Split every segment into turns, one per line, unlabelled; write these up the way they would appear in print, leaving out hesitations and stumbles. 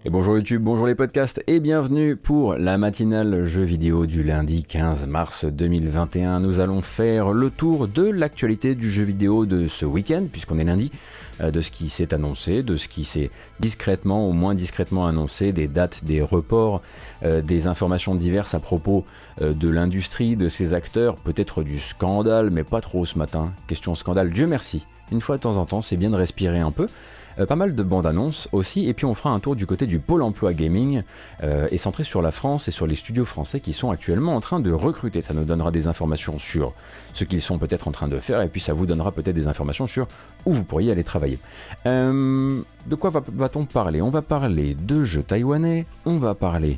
Et bonjour YouTube, bonjour les podcasts et bienvenue pour la matinale jeux vidéo du lundi 15 mars 2021. Nous allons faire le tour de l'actualité du jeu vidéo de ce week-end, puisqu'on est lundi, de ce qui s'est annoncé, de ce qui s'est discrètement ou moins discrètement annoncé, des dates, des reports, des informations diverses à propos de l'industrie, de ses acteurs, peut-être du scandale, mais pas trop ce matin. Question scandale, Dieu merci. Une fois de temps en temps, c'est bien de respirer un peu. Pas mal de bandes annonces aussi, et puis on fera un tour du côté du Pôle emploi gaming, et centré sur la France et sur les studios français qui sont actuellement en train de recruter. Ça nous donnera des informations sur ce qu'ils sont peut-être en train de faire, et puis ça vous donnera peut-être des informations sur où vous pourriez aller travailler. De quoi va-t-on parler? On va parler de jeux taïwanais, on va parler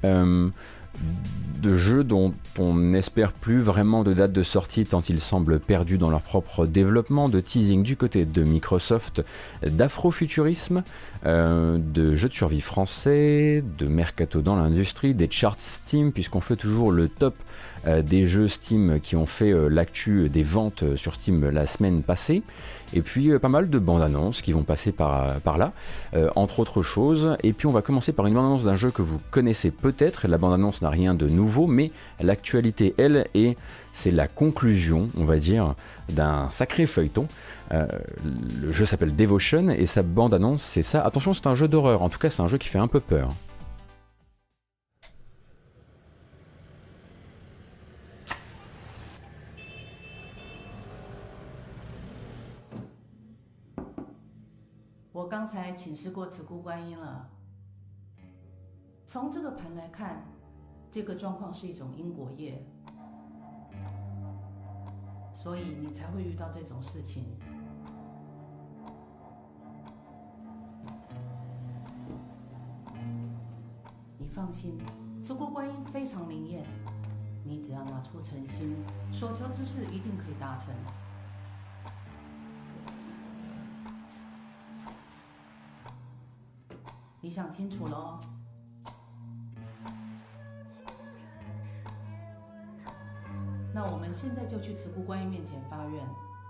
de jeux dont on n'espère plus vraiment de date de sortie tant ils semblent perdus dans leur propre développement, de teasing du côté de Microsoft, d'afrofuturisme, de jeux de survie français, de mercato dans l'industrie, des charts Steam puisqu'on fait toujours le top des jeux Steam qui ont fait l'actu des ventes sur Steam la semaine passée, et puis pas mal de bandes annonces qui vont passer par là, entre autres choses. Et puis on va commencer par une bande annonce d'un jeu que vous connaissez peut-être. La bande annonce n'a rien de nouveau, mais l'actualité elle, et c'est la conclusion, on va dire, d'un sacré feuilleton. Le jeu s'appelle Devotion et sa bande annonce c'est ça. Attention, c'est un jeu d'horreur, en tout cas c'est un jeu qui fait un peu peur.
我刚才请示过慈姑观音了，从这个盘来看，这个状况是一种因果业，所以你才会遇到这种事情。你放心，慈姑观音非常灵验，你只要拿出诚心，所求之事一定可以达成。你想清楚了哦。那我们现在就去慈姑观音面前发愿。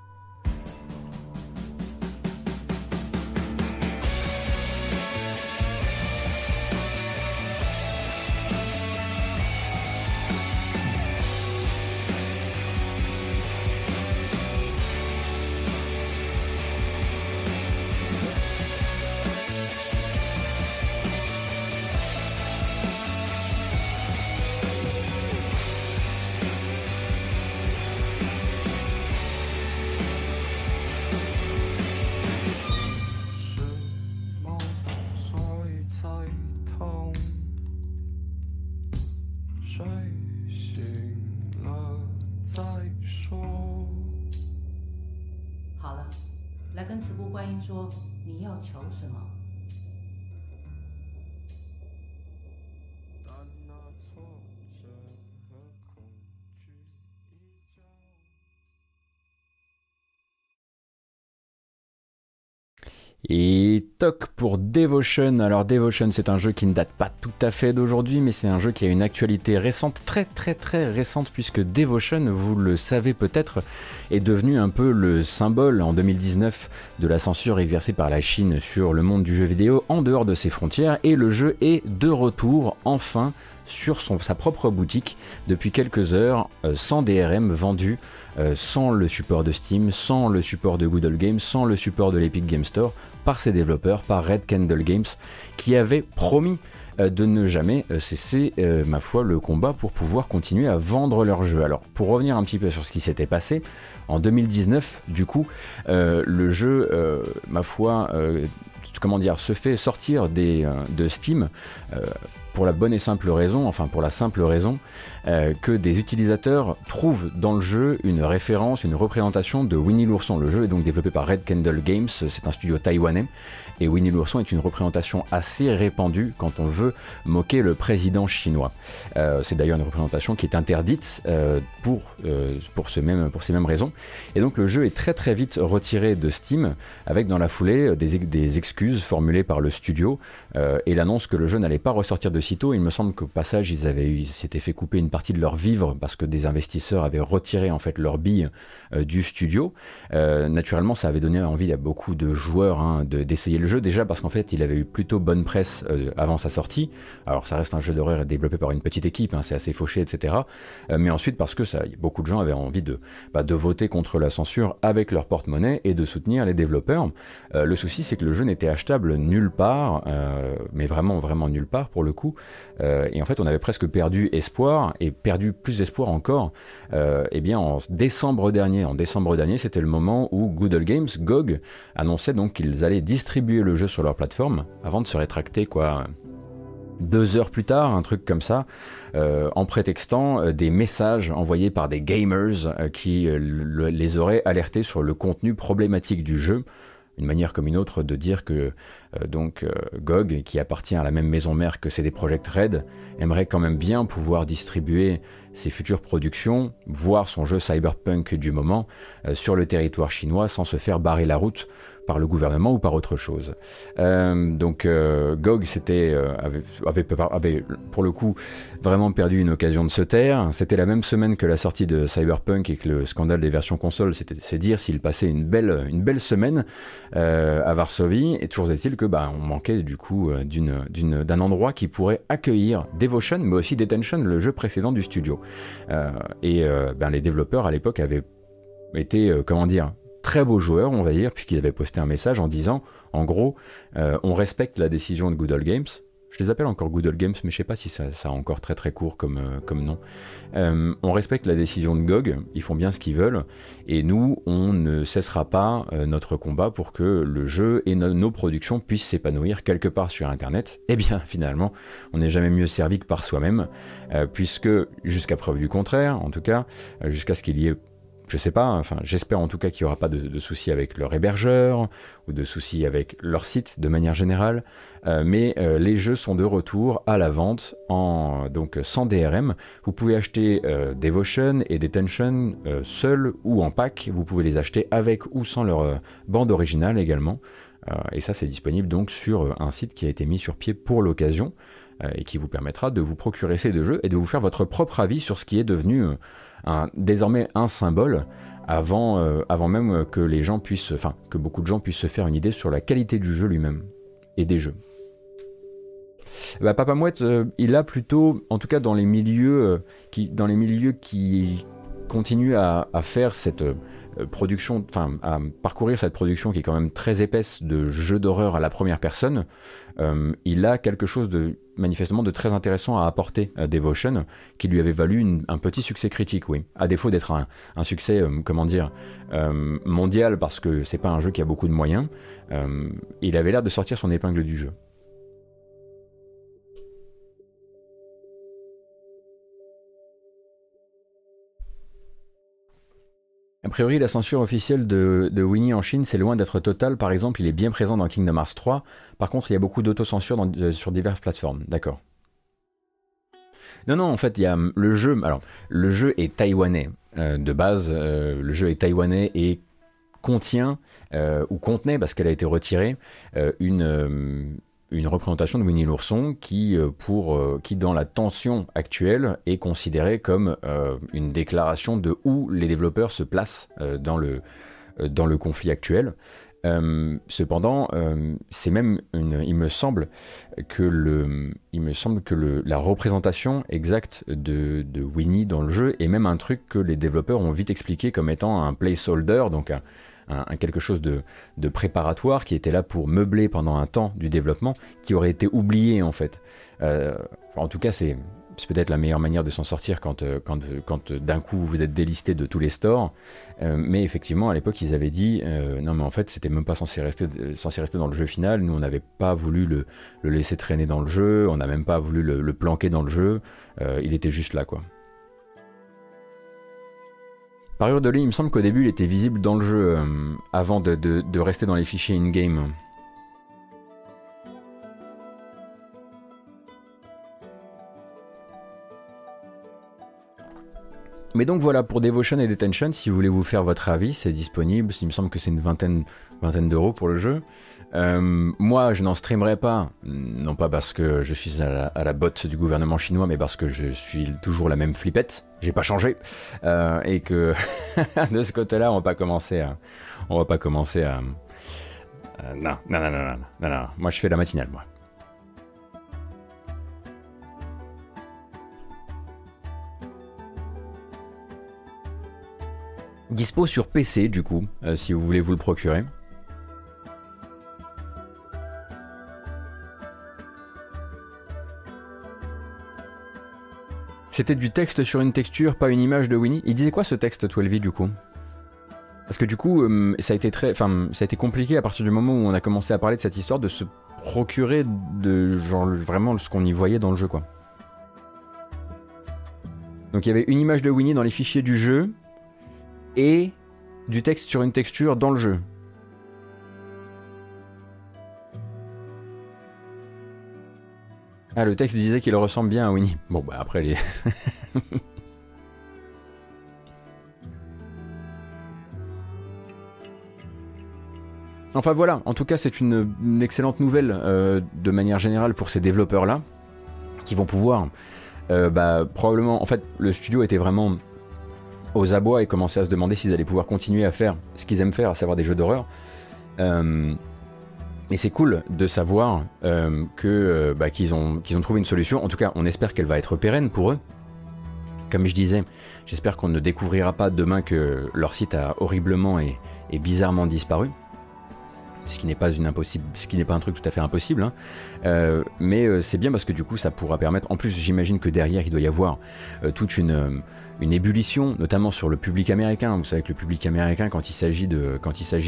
好了，来跟慈姑观音说你要求什么。
Et toc pour Devotion. Alors Devotion, c'est un jeu qui ne date pas tout à fait d'aujourd'hui, mais c'est un jeu qui a une actualité récente, très récente, puisque Devotion, vous le savez peut-être, est devenu un peu le symbole en 2019 de la censure exercée par la Chine sur le monde du jeu vidéo en dehors de ses frontières, et le jeu est de retour enfin sur sa propre boutique depuis quelques heures, sans DRM vendu, sans le support de Steam, sans le support de Google Games, sans le support de l'Epic Game Store, par ses développeurs, par Red Candle Games, qui avait promis de ne jamais cesser, ma foi, le combat pour pouvoir continuer à vendre leur jeu. Alors, pour revenir un petit peu sur ce qui s'était passé, en 2019, du coup, le jeu, ma foi, se fait sortir de Steam, pour la bonne et simple raison, pour la simple raison que des utilisateurs trouvent dans le jeu une référence, une représentation de Winnie l'ourson. Le jeu est donc développé par Red Candle Games, c'est un studio taïwanais, et Winnie l'ourson est une représentation assez répandue quand on veut moquer le président chinois. C'est d'ailleurs une représentation qui est interdite pour ces mêmes raisons. Et donc le jeu est très vite retiré de Steam, avec dans la foulée des excuses formulées par le studio et l'annonce que le jeu n'allait pas ressortir de sitôt. Il me semble qu'au passage, ils s'étaient fait couper une partie de leurs vivres parce que des investisseurs avaient retiré en fait leurs billes du studio. Naturellement, ça avait donné envie à beaucoup de joueurs d'essayer le jeu, déjà parce qu'en fait, il avait eu plutôt bonne presse avant sa sortie. Alors, ça reste un jeu d'horreur développé par une petite équipe, c'est assez fauché, etc. Mais ensuite, parce que beaucoup de gens avaient envie de voter contre la censure avec leur porte-monnaie et de soutenir les développeurs. Le souci, c'est que le jeu n'était achetable nulle part, mais vraiment, vraiment nulle part pour le coup. Et en fait, on avait presque perdu espoir, et perdu plus espoir encore, eh bien en décembre dernier, c'était le moment où Good Old Games, GOG, annonçait donc qu'ils allaient distribuer le jeu sur leur plateforme, avant de se rétracter 2 heures plus tard, un truc comme ça, en prétextant des messages envoyés par des gamers qui les auraient alertés sur le contenu problématique du jeu. Une manière comme une autre de dire que GOG, qui appartient à la même maison mère que CD Projekt Red, aimerait quand même bien pouvoir distribuer ses futures productions, voire son jeu Cyberpunk du moment, sur le territoire chinois sans se faire barrer la route par le gouvernement ou par autre chose. GOG avait pour le coup vraiment perdu une occasion de se taire. C'était la même semaine que la sortie de Cyberpunk et que le scandale des versions consoles, c'est dire s'il passait une belle semaine à Varsovie. Et toujours est-il que on manquait du coup d'un endroit qui pourrait accueillir Devotion, mais aussi Detention, le jeu précédent du studio. Les développeurs à l'époque avaient été très beaux joueurs, on va dire, puisqu'ils avaient posté un message en disant, en gros, on respecte la décision de Good Old Games. Je les appelle encore Good Old Games, mais je sais pas si ça a encore très très court comme nom. On respecte la décision de GOG, ils font bien ce qu'ils veulent, et nous, on ne cessera pas notre combat pour que le jeu et nos productions puissent s'épanouir quelque part sur Internet. Eh bien, finalement, on n'est jamais mieux servi que par soi-même, puisque, jusqu'à preuve du contraire, en tout cas, jusqu'à ce qu'il y ait je sais pas, j'espère en tout cas qu'il n'y aura pas de soucis avec leur hébergeur ou de soucis avec leur site de manière générale, mais les jeux sont de retour à la vente donc sans DRM. Vous pouvez acheter Devotion et Detention seuls ou en pack. Vous pouvez les acheter avec ou sans leur bande originale également. Et ça, c'est disponible donc sur un site qui a été mis sur pied pour l'occasion et qui vous permettra de vous procurer ces 2 jeux et de vous faire votre propre avis sur ce qui est devenu désormais un symbole avant même que les gens puissent, que beaucoup de gens puissent se faire une idée sur la qualité du jeu lui-même et des jeux. Papa Mouette, il a plutôt, en tout cas dans les milieux qui continuent à faire cette production, à parcourir cette production qui est quand même très épaisse de jeux d'horreur à la première personne, il a quelque chose de manifestement de très intéressant à apporter à Devotion, qui lui avait valu un petit succès critique, oui. À défaut d'être un succès, mondial, parce que c'est pas un jeu qui a beaucoup de moyens, il avait l'air de sortir son épingle du jeu. A priori, la censure officielle de Winnie en Chine, c'est loin d'être totale. Par exemple, il est bien présent dans Kingdom Hearts 3. Par contre, il y a beaucoup d'autocensure sur diverses plateformes. D'accord. Non, en fait, il y a le jeu. Alors, le jeu est taïwanais de base. Le jeu est taïwanais et contient ou contenait, parce qu'elle a été retirée, une représentation de Winnie l'ourson qui, dans la tension actuelle, est considérée comme une déclaration de où les développeurs se placent dans le conflit actuel. Cependant, c'est même il me semble que la représentation exacte de Winnie dans le jeu est même un truc que les développeurs ont vite expliqué comme étant un placeholder, donc quelque chose de préparatoire qui était là pour meubler pendant un temps du développement, qui aurait été oublié en fait. En tout cas, c'est peut-être la meilleure manière de s'en sortir quand d'un coup vous êtes délisté de tous les stores. Mais effectivement, à l'époque, ils avaient dit non, mais en fait, c'était même pas censé rester dans le jeu final. Nous, on n'avait pas voulu le laisser traîner dans le jeu, on n'a même pas voulu le planquer dans le jeu. Il était juste là, quoi. Parure de lui, il me semble qu'au début, il était visible dans le jeu avant de rester dans les fichiers in-game. Mais donc voilà, pour Devotion et Detention, si vous voulez vous faire votre avis, c'est disponible. Il me semble que c'est une vingtaine d'euros pour le jeu. Moi, je n'en streamerai pas, non pas parce que je suis à la botte du gouvernement chinois, mais parce que je suis toujours la même flippette. J'ai pas changé. Et que de ce côté-là, on va pas commencer à. Non, non, non, non, non, non, non. Moi, je fais la matinale, moi. Dispo sur PC, du coup, si vous voulez vous le procurer. C'était du texte sur une texture, pas une image de Winnie. Il disait quoi ce texte 12V du coup? Parce que du coup, ça a été compliqué à partir du moment où on a commencé à parler de cette histoire de se procurer de genre vraiment ce qu'on y voyait dans le jeu quoi. Donc il y avait une image de Winnie dans les fichiers du jeu et du texte sur une texture dans le jeu. Ah, le texte disait qu'il ressemble bien à Winnie. Bon bah après les... Enfin voilà, en tout cas c'est une excellente nouvelle de manière générale pour ces développeurs-là, qui vont pouvoir probablement... En fait, le studio était vraiment aux abois et commençait à se demander s'ils allaient pouvoir continuer à faire ce qu'ils aiment faire, à savoir des jeux d'horreur. Mais c'est cool de savoir qu'ils ont trouvé une solution. En tout cas, on espère qu'elle va être pérenne pour eux. Comme je disais, j'espère qu'on ne découvrira pas demain que leur site a horriblement et bizarrement disparu. Ce qui n'est pas un truc tout à fait impossible, hein. Mais c'est bien parce que du coup ça pourra permettre, en plus j'imagine que derrière il doit y avoir toute une ébullition, notamment sur le public américain. Vous savez que le public américain, quand il s'agit de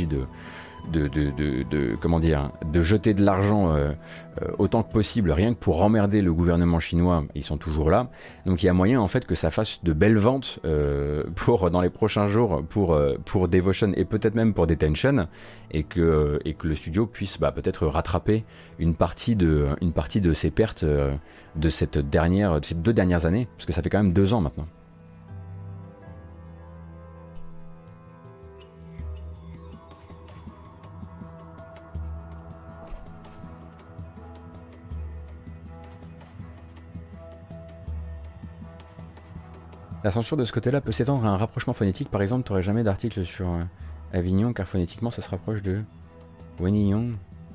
comment dire, de jeter de l'argent autant que possible, rien que pour emmerder le gouvernement chinois, ils sont toujours là. Donc il y a moyen en fait que ça fasse de belles ventes pour dans les prochains jours pour Devotion et peut-être même pour Detention, et que le studio puisse peut-être rattraper une partie de ses pertes de ces 2 dernières années, parce que ça fait quand même 2 ans maintenant. La censure de ce côté-là peut s'étendre à un rapprochement phonétique. Par exemple, tu n'aurais jamais d'article sur Avignon, car phonétiquement, ça se rapproche de Wenignon.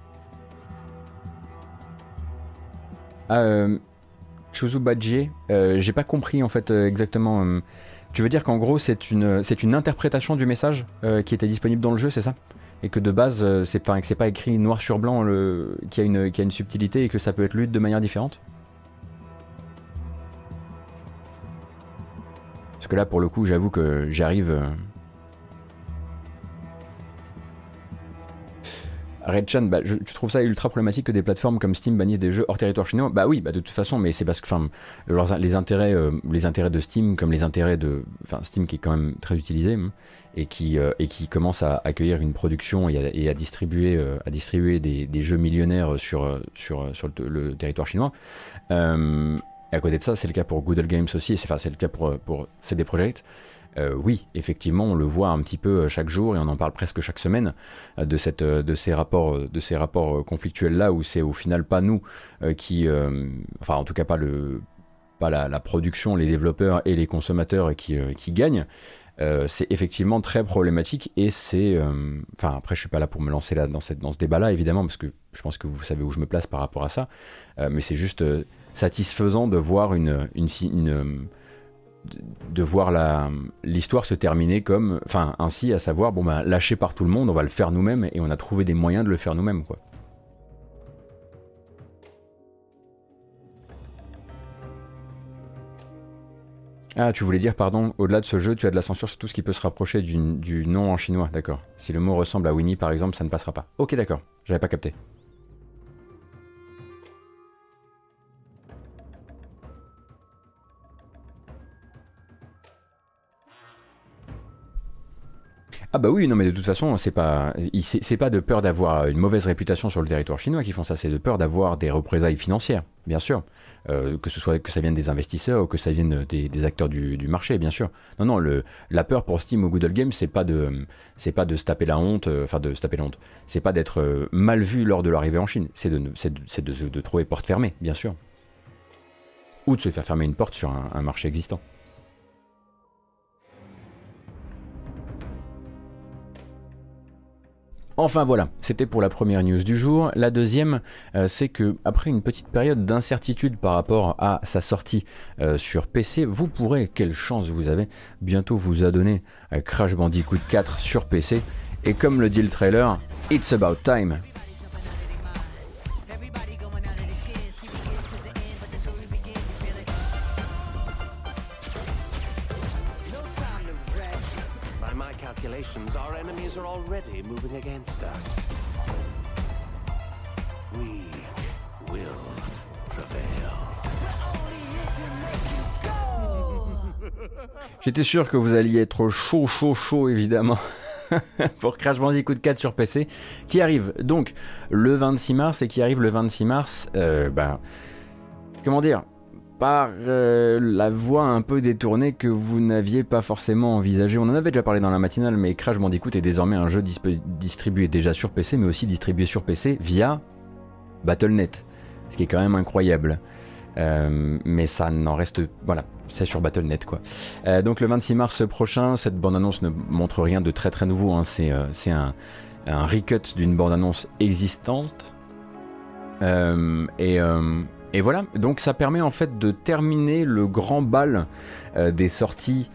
Chuzubadje, j'ai pas compris en fait exactement. Tu veux dire qu'en gros, c'est une interprétation du message qui était disponible dans le jeu, c'est ça? Et que de base, c'est pas écrit noir sur blanc, qu'il y a une subtilité et que ça peut être lu de manière différente? Parce que là, pour le coup, j'avoue que j'arrive... Redchan, tu trouves ça ultra problématique que des plateformes comme Steam bannissent des jeux hors territoire chinois? Bah oui, de toute façon, mais c'est parce que les intérêts de Steam, comme les intérêts de... Enfin, Steam qui est quand même très utilisé, et qui commence à accueillir une production et à distribuer des jeux millionnaires sur le territoire chinois. Et à côté de ça, c'est le cas pour Google Games aussi, et c'est le cas pour CD Projekt. Oui, effectivement, on le voit un petit peu chaque jour et on en parle presque chaque semaine de ces rapports conflictuels là, où c'est au final pas nous enfin en tout cas pas la production, les développeurs et les consommateurs qui gagnent. C'est effectivement très problématique et c'est... Enfin après je suis pas là pour me lancer là dans ce débat là évidemment, parce que je pense que vous savez où je me place par rapport à ça, mais c'est juste satisfaisant de voir de voir l'histoire se terminer comme, enfin ainsi, à savoir lâché par tout le monde, on va le faire nous-mêmes et on a trouvé des moyens de le faire nous-mêmes quoi. Ah, tu voulais dire, pardon, au-delà de ce jeu, tu as de la censure sur tout ce qui peut se rapprocher du nom en chinois, d'accord. Si le mot ressemble à Winnie par exemple, ça ne passera pas. Ok, d'accord, j'avais pas capté. Ah bah oui, non mais de toute façon, c'est pas de peur d'avoir une mauvaise réputation sur le territoire chinois qu'ils font ça, c'est de peur d'avoir des représailles financières, bien sûr. Que ce soit que ça vienne des investisseurs ou que ça vienne des acteurs du marché, bien sûr. Non, non, la peur pour Steam ou Google Games, c'est pas de se taper la honte, de se taper la honte. C'est pas d'être mal vu lors de l'arrivée en Chine, c'est de trouver porte fermée, bien sûr. Ou de se faire fermer une porte sur un marché existant. Enfin voilà, c'était pour la première news du jour. La deuxième, c'est que après une petite période d'incertitude par rapport à sa sortie sur PC, vous pourrez, quelle chance vous avez, bientôt vous adonner à Crash Bandicoot 4 sur PC. Et comme le dit le trailer, it's about time.
Our enemies are already moving against us. We will prevail.
J'étais sûr que vous alliez être chaud évidemment pour Crash Bandicoot 4 sur PC qui arrive donc le 26 mars et qui arrive le 26 mars comment dire, par la voie un peu détournée que vous n'aviez pas forcément envisagé. On en avait déjà parlé dans la matinale, mais Crash Bandicoot est désormais un jeu distribué déjà sur PC, mais aussi distribué sur PC via Battle.net, ce qui est quand même incroyable. Mais ça n'en reste... Voilà, c'est sur Battle.net quoi. Donc le 26 mars prochain, cette bande-annonce ne montre rien de très très nouveau, hein. C'est un recut d'une bande-annonce existante. Et voilà, donc ça permet en fait de terminer le grand bal des sorties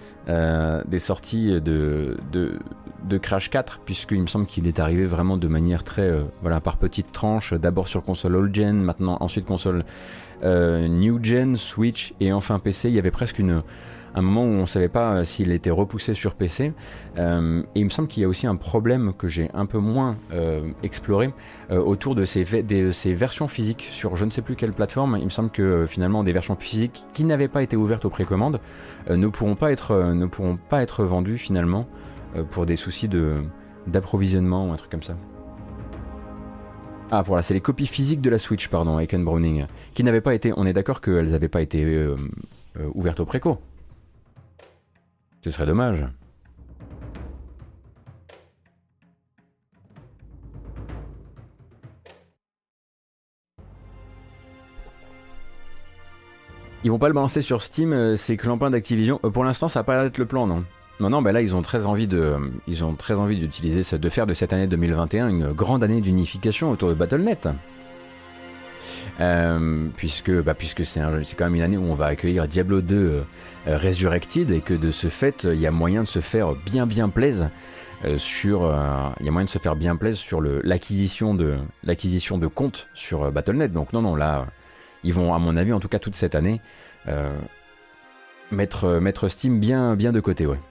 de Crash 4, puisqu'il me semble qu'il est arrivé vraiment de manière très par petites tranches, d'abord sur console old gen, maintenant ensuite console new gen, Switch et enfin PC. Il y avait presque un moment où on ne savait pas s'il était repoussé sur PC. Et il me semble qu'il y a aussi un problème que j'ai un peu moins exploré autour de ces versions physiques sur je ne sais plus quelle plateforme. Il me semble que finalement des versions physiques qui n'avaient pas été ouvertes aux précommandes ne pourront pas être vendues finalement pour des soucis d'approvisionnement ou un truc comme ça. Ah voilà, c'est les copies physiques de la Switch, pardon, Aiken Browning, qui n'avaient pas été, on est d'accord qu'elles n'avaient pas été ouvertes au préco. Ce serait dommage. Ils vont pas le balancer sur Steam, ces clampins d'Activision. Pour l'instant, ça va pas être le plan, non. Non, là, ils ont très envie d'utiliser, de faire de cette année 2021 une grande année d'unification autour de Battle.net. Puisque c'est quand même une année où on va accueillir Diablo 2 Resurrected et que de ce fait il y a moyen de se faire bien plaise sur l'acquisition de comptes sur Battle.net. Donc non là ils vont à mon avis en tout cas toute cette année mettre Steam bien de côté, ouais.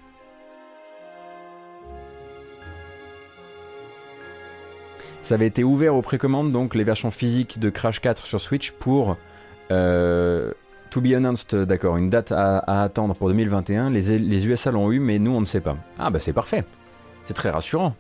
Ça avait été ouvert aux précommandes, donc les versions physiques de Crash 4 sur Switch pour to be announced, d'accord, une date à attendre pour 2021. Les USA l'ont eu, mais nous on ne sait pas. Ah bah c'est parfait, c'est très rassurant.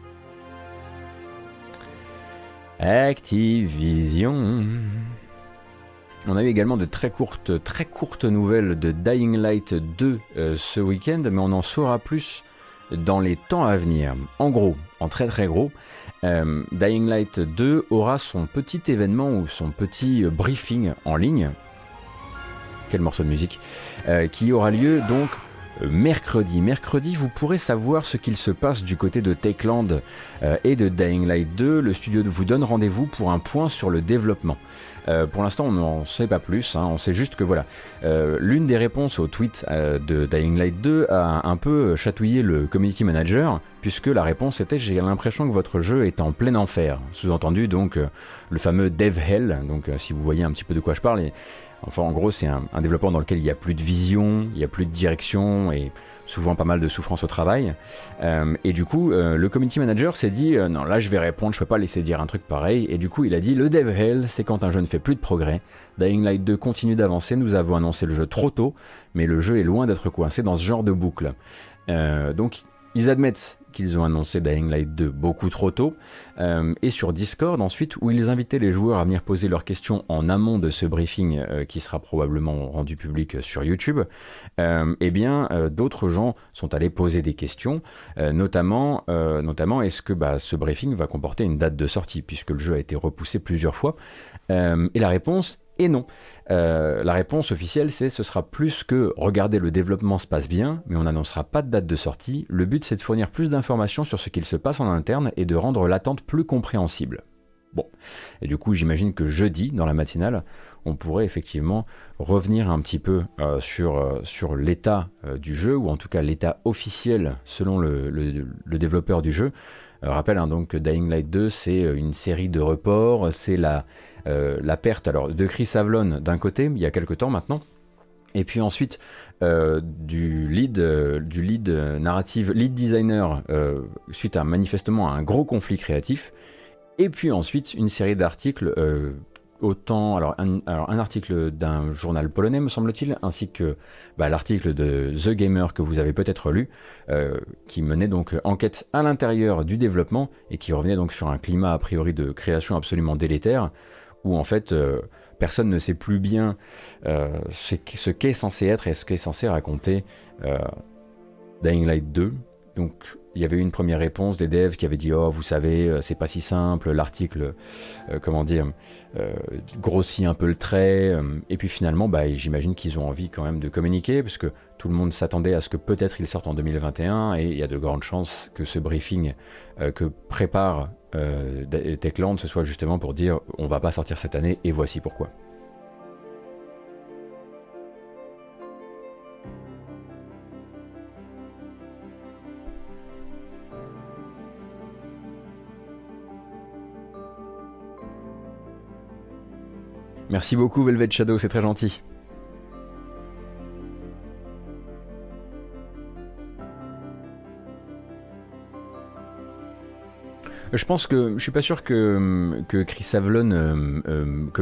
Activision. On a eu également de très courtes nouvelles de Dying Light 2 ce week-end, mais on en saura plus dans les temps à venir. En gros, en très gros, Dying Light 2 aura son petit événement ou son petit briefing en ligne. Quel morceau de musique, qui aura lieu donc mercredi. Mercredi, vous pourrez savoir ce qu'il se passe du côté de Techland et de Dying Light 2. Le studio vous donne rendez-vous pour un point sur le développement. Pour l'instant, on n'en sait pas plus, hein. On sait juste que voilà, l'une des réponses au tweet de Dying Light 2 a un peu chatouillé le community manager, puisque la réponse était: j'ai l'impression que votre jeu est en plein enfer. Sous-entendu donc le fameux Dev Hell. Donc si vous voyez un petit peu de quoi je parle. Enfin, en gros, c'est un développement dans lequel il n'y a plus de vision, il n'y a plus de direction et souvent pas mal de souffrance au travail. Et du coup, le community manager s'est dit non, là je vais répondre, je peux pas laisser dire un truc pareil. Et du coup, il a dit: le dev hell, c'est quand un jeu ne fait plus de progrès. Dying Light 2 continue d'avancer, nous avons annoncé le jeu trop tôt, mais le jeu est loin d'être coincé dans ce genre de boucle. Donc, ils admettent qu'ils ont annoncé Dying Light 2 beaucoup trop tôt, et sur Discord ensuite, où ils invitaient les joueurs à venir poser leurs questions en amont de ce briefing qui sera probablement rendu public sur YouTube. D'autres gens sont allés poser des questions, notamment est-ce que ce briefing va comporter une date de sortie, puisque le jeu a été repoussé plusieurs fois, et la réponse est non. La réponse officielle, c'est ce sera plus que regardez, le développement se passe bien, mais on n'annoncera pas de date de sortie. Le but, c'est de fournir plus d'informations sur ce qu'il se passe en interne et de rendre l'attente plus compréhensible. Bon, et du coup, j'imagine que jeudi, dans la matinale, on pourrait effectivement revenir un petit peu sur l'état du jeu, ou en tout cas l'état officiel selon le développeur du jeu. Rappelle donc que Dying Light 2, c'est une série de reports, c'est la perte de Chris Avlon d'un côté, il y a quelques temps maintenant, et puis ensuite du lead narrative, lead designer, suite à manifestement un gros conflit créatif, et puis ensuite une série d'articles, un article d'un journal polonais me semble-t-il, ainsi que l'article de The Gamer que vous avez peut-être lu, qui menait donc enquête à l'intérieur du développement et qui revenait donc sur un climat a priori de création absolument délétère, où en fait personne ne sait plus bien ce qu'est censé être et ce qu'est censé raconter Dying Light 2. Donc il y avait eu une première réponse des devs qui avaient dit oh vous savez c'est pas si simple, l'article grossit un peu le trait, et puis finalement j'imagine qu'ils ont envie quand même de communiquer, parce que tout le monde s'attendait à ce que peut-être il sorte en 2021, et il y a de grandes chances que ce briefing que prépare Techland ce soit justement pour dire on va pas sortir cette année et voici pourquoi. Merci beaucoup Velvet Shadow, c'est très gentil. Je pense que je suis pas sûr que Chris Avlon, que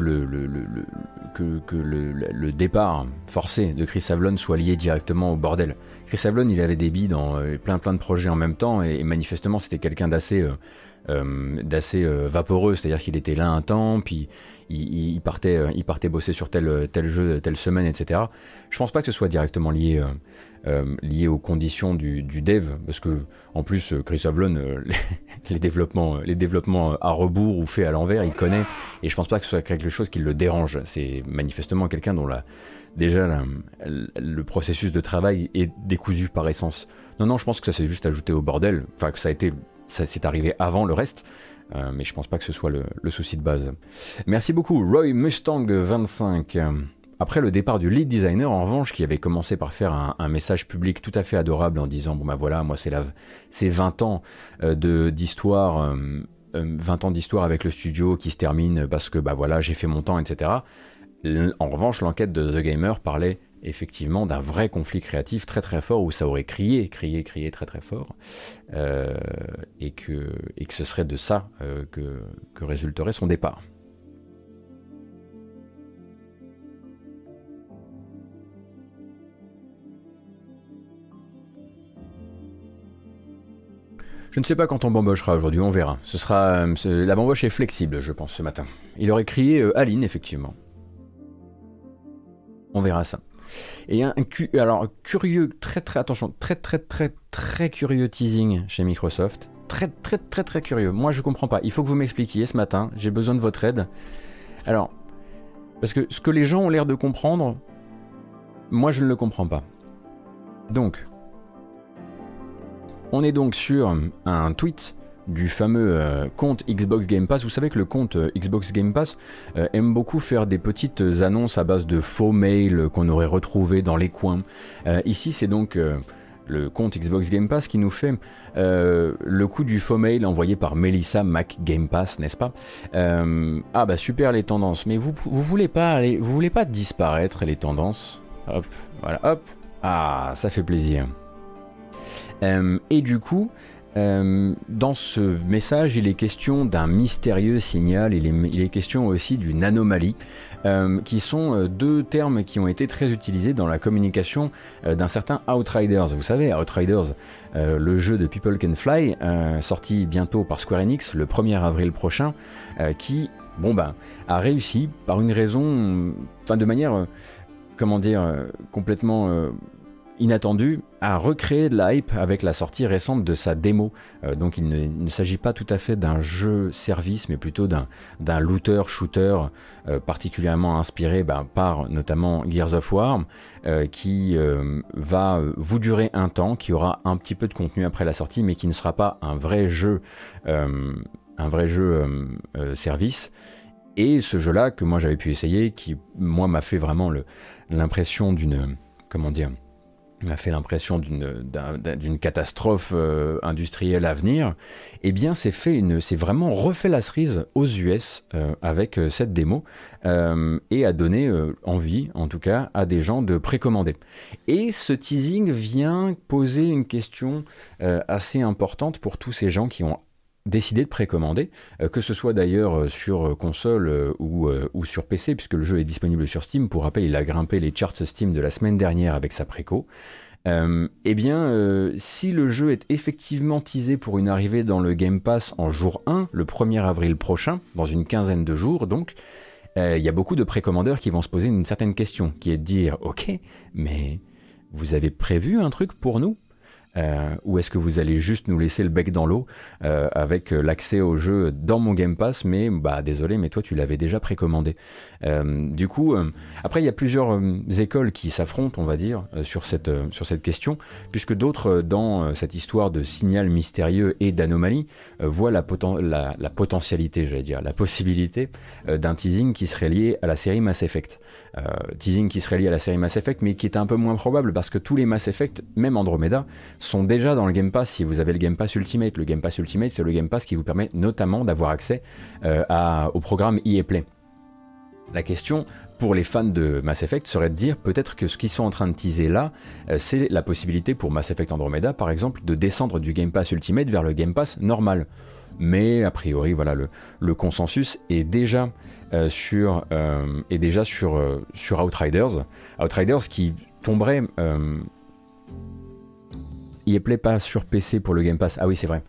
le départ forcé de Chris Avlon soit lié directement au bordel. Chris Avlon, il avait des billes dans plein de projets en même temps, et manifestement c'était quelqu'un d'assez vaporeux, c'est-à-dire qu'il était là un temps, puis il partait bosser sur tel jeu, telle semaine, etc. Je pense pas que ce soit directement lié aux conditions du dev, parce que en plus Chris Avlon, les développements à rebours ou faits à l'envers, il connaît, et je pense pas que ce soit quelque chose qui le dérange. C'est manifestement quelqu'un dont le processus de travail est décousu par essence. Non, je pense que ça s'est juste ajouté au bordel, enfin que ça s'est arrivé avant le reste, mais je pense pas que ce soit le souci de base. Merci beaucoup Roy Mustang 25. Après le départ du lead designer, en revanche, qui avait commencé par faire un message public tout à fait adorable en disant voilà, moi c'est 20 ans d'histoire, 20 ans d'histoire avec le studio qui se termine parce que voilà, j'ai fait mon temps, etc. En revanche, l'enquête de The Gamer parlait effectivement d'un vrai conflit créatif très très fort, où ça aurait crié très très fort, et que ce serait de ça que résulterait son départ. Je ne sais pas quand on bambochera aujourd'hui, on verra. La bamboche est flexible, je pense, ce matin. Il aurait crié Aline, effectivement. On verra ça. Et alors, curieux, attention, très curieux teasing chez Microsoft. Très curieux. Moi, je comprends pas. Il faut que vous m'expliquiez ce matin. J'ai besoin de votre aide. Alors, parce que ce que les gens ont l'air de comprendre, moi, je ne le comprends pas. Donc, on est donc sur un tweet du fameux compte Xbox Game Pass. Vous savez que le compte Xbox Game Pass aime beaucoup faire des petites annonces à base de faux mails qu'on aurait retrouvés dans les coins. Ici, c'est donc le compte Xbox Game Pass qui nous fait le coup du faux mail envoyé par Melissa Mac Game Pass, n'est-ce pas? Super les tendances, mais vous voulez pas disparaître les tendances? Hop, voilà, hop. Ah, ça fait plaisir. Et du coup, Dans ce message, il est question d'un mystérieux signal, il est question aussi d'une anomalie, qui sont deux termes qui ont été très utilisés dans la communication d'un certain Outriders. Vous savez, Outriders, le jeu de People Can Fly, sorti bientôt par Square Enix le 1er avril prochain, qui a réussi par une raison, de manière, complètement inattendue, à recréer de la hype avec la sortie récente de sa démo. Donc il ne s'agit pas tout à fait d'un jeu service, mais plutôt d'un looter-shooter particulièrement inspiré par notamment Gears of War, qui va vous durer un temps, qui aura un petit peu de contenu après la sortie, mais qui ne sera pas un vrai jeu service. Et ce jeu-là, que moi j'avais pu essayer, qui moi m'a fait vraiment l'impression d'une catastrophe industrielle à venir, eh bien c'est vraiment refait la cerise aux US avec cette démo, et a donné envie, en tout cas, à des gens de précommander. Et ce teasing vient poser une question assez importante pour tous ces gens qui ont décidé de précommander, que ce soit d'ailleurs sur console ou sur PC, puisque le jeu est disponible sur Steam. Pour rappel, il a grimpé les charts Steam de la semaine dernière avec sa préco. Si le jeu est effectivement teasé pour une arrivée dans le Game Pass en jour 1, le 1er avril prochain, dans une quinzaine de jours donc, il y a beaucoup de précommandeurs qui vont se poser une certaine question, qui est de dire « Ok, mais vous avez prévu un truc pour nous ? Ou est-ce que vous allez juste nous laisser le bec dans l'eau avec l'accès au jeu dans mon Game Pass, mais désolé, mais toi tu l'avais déjà précommandé. Du coup, après il y a plusieurs écoles qui s'affrontent, on va dire, sur cette question, puisque d'autres, dans cette histoire de signal mystérieux et d'anomalie, voient la potentialité, j'allais dire, la possibilité d'un teasing qui serait lié à la série Mass Effect. Teasing qui serait lié à la série Mass Effect, mais qui est un peu moins probable, parce que tous les Mass Effect, même Andromeda, sont déjà dans le Game Pass si vous avez le Game Pass Ultimate. Le Game Pass Ultimate, c'est le Game Pass qui vous permet notamment d'avoir accès au programme EA Play. La question pour les fans de Mass Effect serait de dire peut-être que ce qu'ils sont en train de teaser là, c'est la possibilité pour Mass Effect Andromeda, par exemple, de descendre du Game Pass Ultimate vers le Game Pass normal. Mais a priori, voilà, le consensus est déjà sur Outriders. Outriders qui tomberait... EA Play pas sur PC pour le Game Pass. Ah oui, c'est vrai.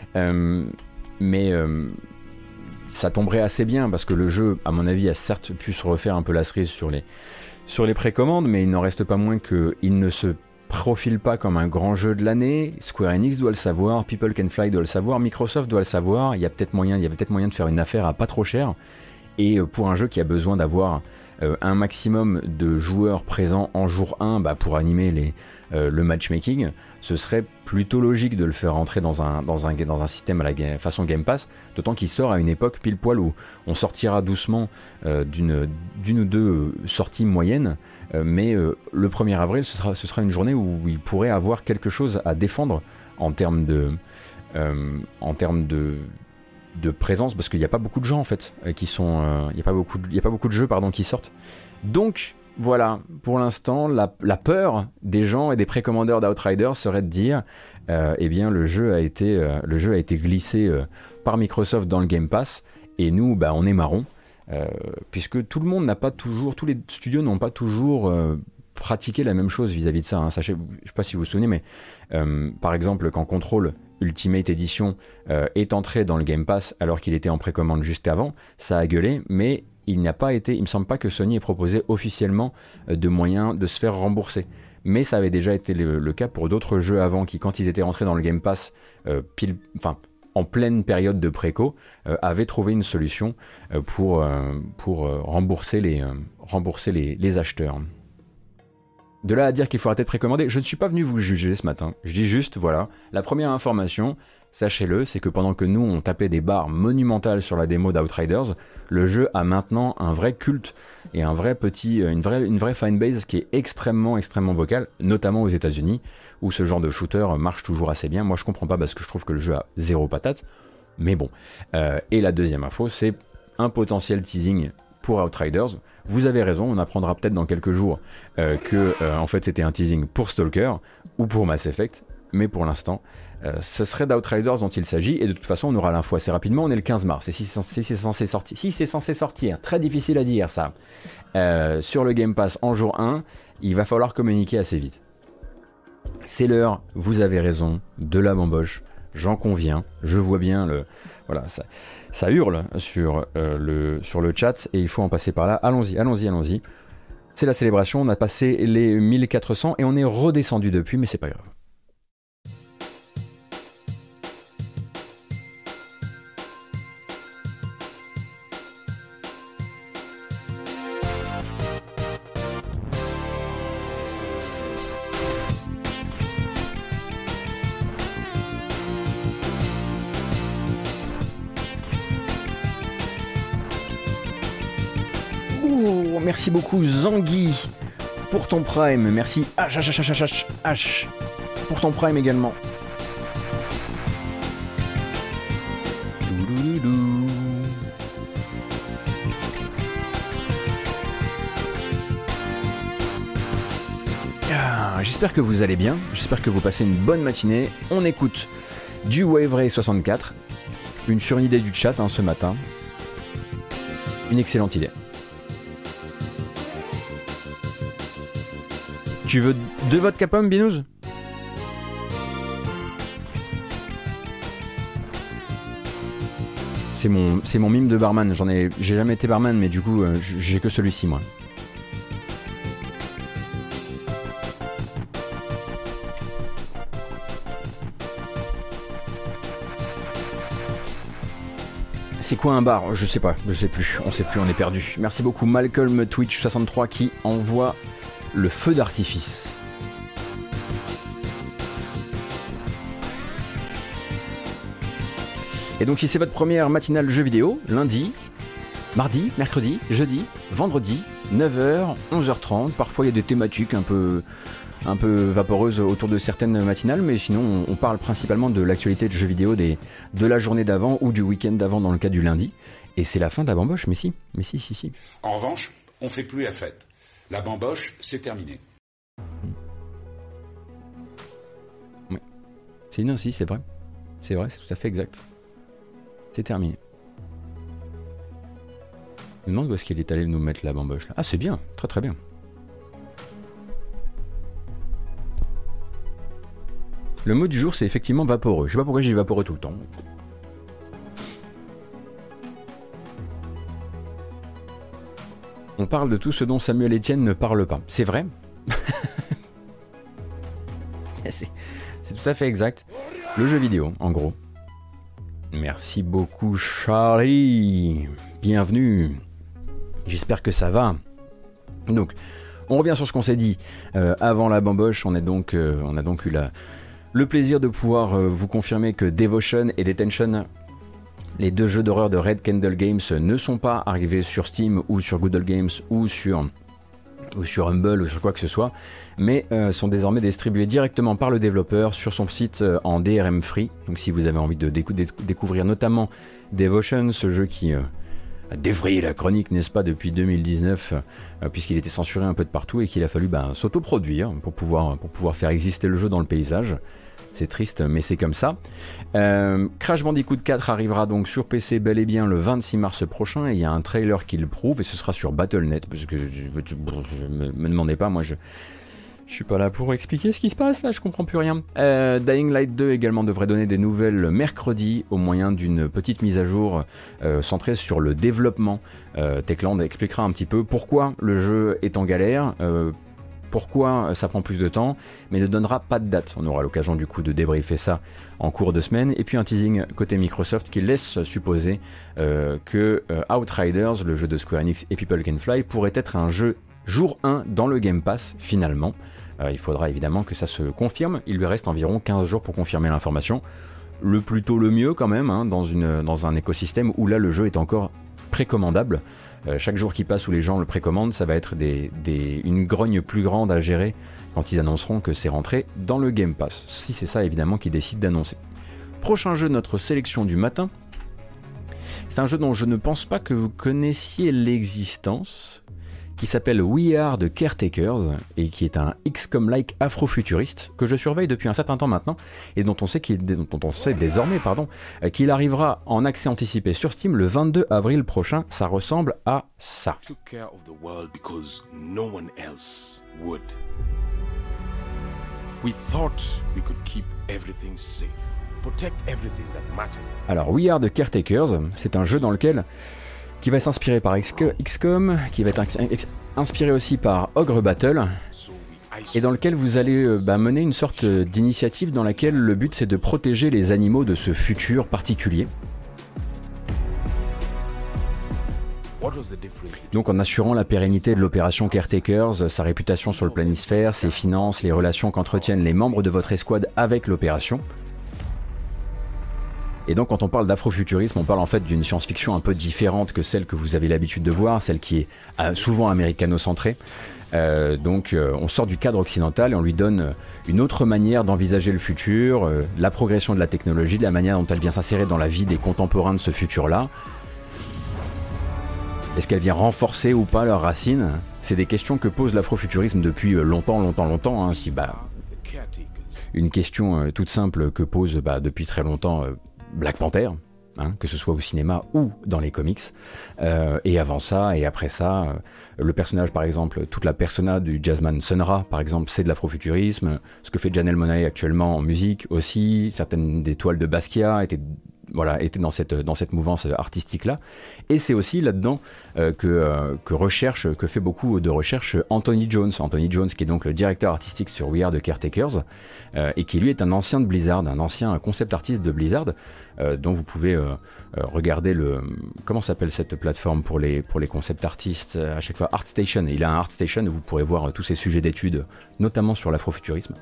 Ça tomberait assez bien parce que le jeu, à mon avis, a certes pu se refaire un peu la cerise sur les précommandes, mais il n'en reste pas moins qu'il ne se profile pas comme un grand jeu de l'année. Square Enix doit le savoir, People Can Fly doit le savoir, Microsoft doit le savoir. Il y avait peut-être moyen de faire une affaire à pas trop cher. Et pour un jeu qui a besoin d'avoir un maximum de joueurs présents en jour 1 pour animer le matchmaking, ce serait plutôt logique de le faire rentrer dans un système à la façon Game Pass, d'autant qu'il sort à une époque pile poil où on sortira doucement d'une ou deux sorties moyennes, mais le 1er avril ce sera une journée où il pourrait avoir quelque chose à défendre en termes de présence, parce qu'il n'y a pas beaucoup de gens en fait il n'y a pas beaucoup de jeux qui sortent. Donc voilà, pour l'instant, la peur des gens et des précommandeurs d'Outriders serait de dire le jeu a été glissé par Microsoft dans le Game Pass, et nous, on est marron, puisque tous les studios n'ont pas toujours pratiqué la même chose vis-à-vis de ça. Hein. Sachez, je ne sais pas si vous vous souvenez, mais par exemple, quand Control Ultimate Edition est entré dans le Game Pass alors qu'il était en précommande juste avant, ça a gueulé, mais il me semble pas que Sony ait proposé officiellement de moyens de se faire rembourser. Mais ça avait déjà été le cas pour d'autres jeux avant qui, quand ils étaient rentrés dans le Game Pass en pleine période de préco, avaient trouvé une solution pour rembourser les acheteurs. De là à dire qu'il faut arrêter de précommander, je ne suis pas venu vous juger ce matin. Je dis juste, voilà, la première information, sachez-le, c'est que pendant que nous on tapait des barres monumentales sur la démo d'Outriders, le jeu a maintenant un vrai culte et une vraie fanbase qui est extrêmement vocale, notamment aux États-Unis, où ce genre de shooter marche toujours assez bien. Moi je comprends pas parce que je trouve que le jeu a zéro patate, mais bon. Et la deuxième info, c'est un potentiel teasing pour Outriders. Vous avez raison, on apprendra peut-être dans quelques jours que en fait c'était un teasing pour Stalker ou pour Mass Effect. mais pour l'instant, ce serait d'Outriders dont il s'agit, et de toute façon, on aura l'info assez rapidement. On est le 15 mars, et si c'est censé sortir, très difficile à dire ça, sur le Game Pass en jour 1, il va falloir communiquer assez vite. C'est l'heure, vous avez raison, de la bamboche, j'en conviens, je vois bien le... Voilà, ça hurle sur le chat, et il faut en passer par là. Allons-y. C'est la célébration, on a passé les 1400 et on est redescendu depuis, mais c'est pas grave. Merci beaucoup Zangui pour ton Prime. Merci H pour ton Prime également. J'espère que vous allez bien. J'espère que vous passez une bonne matinée. On écoute du Wave Ray 64. Sur une idée du chat ce matin. Une excellente idée. Tu veux 2 votes Capom, Binous? C'est mon mime de barman. J'ai jamais été barman, mais du coup, j'ai que celui-ci, moi. C'est quoi un bar? Je sais pas, on sait plus, on est perdu. Merci beaucoup Malcolm Twitch 63 qui envoie le feu d'artifice. Et donc si c'est votre première matinale jeu vidéo, lundi, mardi, mercredi, jeudi, vendredi, 9h, 11h30, parfois il y a des thématiques un peu vaporeuses autour de certaines matinales, mais sinon on parle principalement de l'actualité de jeux vidéo de la journée d'avant ou du week-end d'avant dans le cas du lundi. Et c'est la fin de la bamboche, mais si.
En revanche, on fait plus la fête. La bamboche, c'est terminé.
Ouais. C'est vrai. C'est tout à fait exact. C'est terminé. Je me demande où est-ce qu'il est allé nous mettre la bamboche là. Ah, c'est bien, très très bien. Le mot du jour, c'est effectivement vaporeux. Je sais pas pourquoi j'ai vaporeux tout le temps. On parle de tout ce dont Samuel Etienne ne parle pas. C'est vrai. c'est tout à fait exact. Le jeu vidéo, en gros. Merci beaucoup, Charlie. Bienvenue. J'espère que ça va. Donc, on revient sur ce qu'on s'est dit avant la bamboche. On a donc eu le plaisir de pouvoir vous confirmer que Devotion et Detention, les 2 jeux d'horreur de Red Candle Games, ne sont pas arrivés sur Steam ou sur Good Old Games ou sur Humble ou sur quoi que ce soit, mais sont désormais distribués directement par le développeur sur son site en DRM free. Donc si vous avez envie de découvrir notamment Devotion, ce jeu qui a dévrayé la chronique, n'est-ce pas, depuis 2019, puisqu'il était censuré un peu de partout et qu'il a fallu s'autoproduire pour pouvoir faire exister le jeu dans le paysage. C'est triste, mais c'est comme ça. Crash Bandicoot 4 arrivera donc sur PC bel et bien le 26 mars prochain, et il y a un trailer qui le prouve, et ce sera sur Battle.net, parce que me demandez pas, moi je suis pas là pour expliquer ce qui se passe là, je comprends plus rien. Dying Light 2 également devrait donner des nouvelles mercredi au moyen d'une petite mise à jour centrée sur le développement. Techland expliquera un petit peu pourquoi le jeu est en galère, pourquoi ça prend plus de temps, mais ne donnera pas de date. On aura l'occasion du coup de débriefer ça en cours de semaine. Et puis un teasing côté Microsoft qui laisse supposer que Outriders, le jeu de Square Enix et People Can Fly, pourrait être un jeu jour 1 dans le Game Pass finalement. Il faudra évidemment que ça se confirme. Il lui reste environ 15 jours pour confirmer l'information. Le plus tôt le mieux quand même, hein, dans un écosystème où là le jeu est encore précommandable. Chaque jour qui passe où les gens le précommandent, ça va être une grogne plus grande à gérer quand ils annonceront que c'est rentré dans le Game Pass. Si c'est ça évidemment qu'ils décident d'annoncer. Prochain jeu de notre sélection du matin. C'est un jeu dont je ne pense pas que vous connaissiez l'existence, qui s'appelle We Are the Caretakers et qui est un XCOM-like afrofuturiste que je surveille depuis un certain temps maintenant et dont on sait désormais qu'il arrivera en accès anticipé sur Steam le 22 avril prochain. Ça ressemble à ça. Alors We Are the Caretakers, c'est un jeu dans lequel qui va s'inspirer par XCOM, qui va être inspiré aussi par Ogre Battle, et dans lequel vous allez mener une sorte d'initiative dans laquelle le but c'est de protéger les animaux de ce futur particulier. Donc en assurant la pérennité de l'opération Caretakers, sa réputation sur le planisphère, ses finances, les relations qu'entretiennent les membres de votre escouade avec l'opération. Et donc quand on parle d'afrofuturisme, on parle en fait d'une science-fiction un peu différente que celle que vous avez l'habitude de voir, celle qui est souvent américano-centrée. On sort du cadre occidental et on lui donne une autre manière d'envisager le futur, la progression de la technologie, de la manière dont elle vient s'insérer dans la vie des contemporains de ce futur-là. Est-ce qu'elle vient renforcer ou pas leurs racines? C'est des questions que pose l'afrofuturisme depuis longtemps. Une question toute simple que pose depuis très longtemps Black Panther, que ce soit au cinéma ou dans les comics, et avant ça et après ça, le personnage par exemple, toute la persona du jazzman Sun Ra par exemple, c'est de l'afrofuturisme. Ce que fait Janelle Monáe actuellement en musique aussi, certaines des toiles de Basquiat étaient dans cette mouvance artistique là, et c'est aussi là-dedans que fait beaucoup de recherche Anthony Jones qui est donc le directeur artistique sur We Are the Caretakers, et qui lui est un ancien de Blizzard, un ancien concept artiste de Blizzard, dont vous pouvez regarder comment s'appelle cette plateforme pour les concept artistes à chaque fois, ArtStation. Il a un ArtStation où vous pourrez voir tous ces sujets d'études, notamment sur l'afrofuturisme.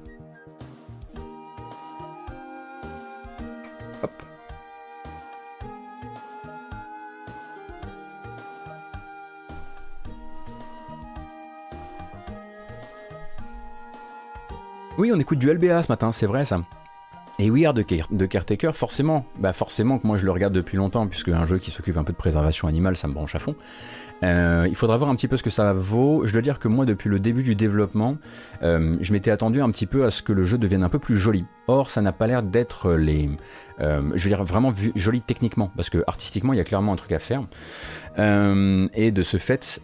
Oui, on écoute du LBA ce matin, c'est vrai ça. Et We Are de Caretaker, forcément que moi je le regarde depuis longtemps, puisque un jeu qui s'occupe un peu de préservation animale, ça me branche à fond. Il faudra voir un petit peu ce que ça vaut. Je dois dire que moi, depuis le début du développement, je m'étais attendu un petit peu à ce que le jeu devienne un peu plus joli. Or, ça n'a pas l'air d'être vraiment joli techniquement, parce que artistiquement, il y a clairement un truc à faire. Et de ce fait,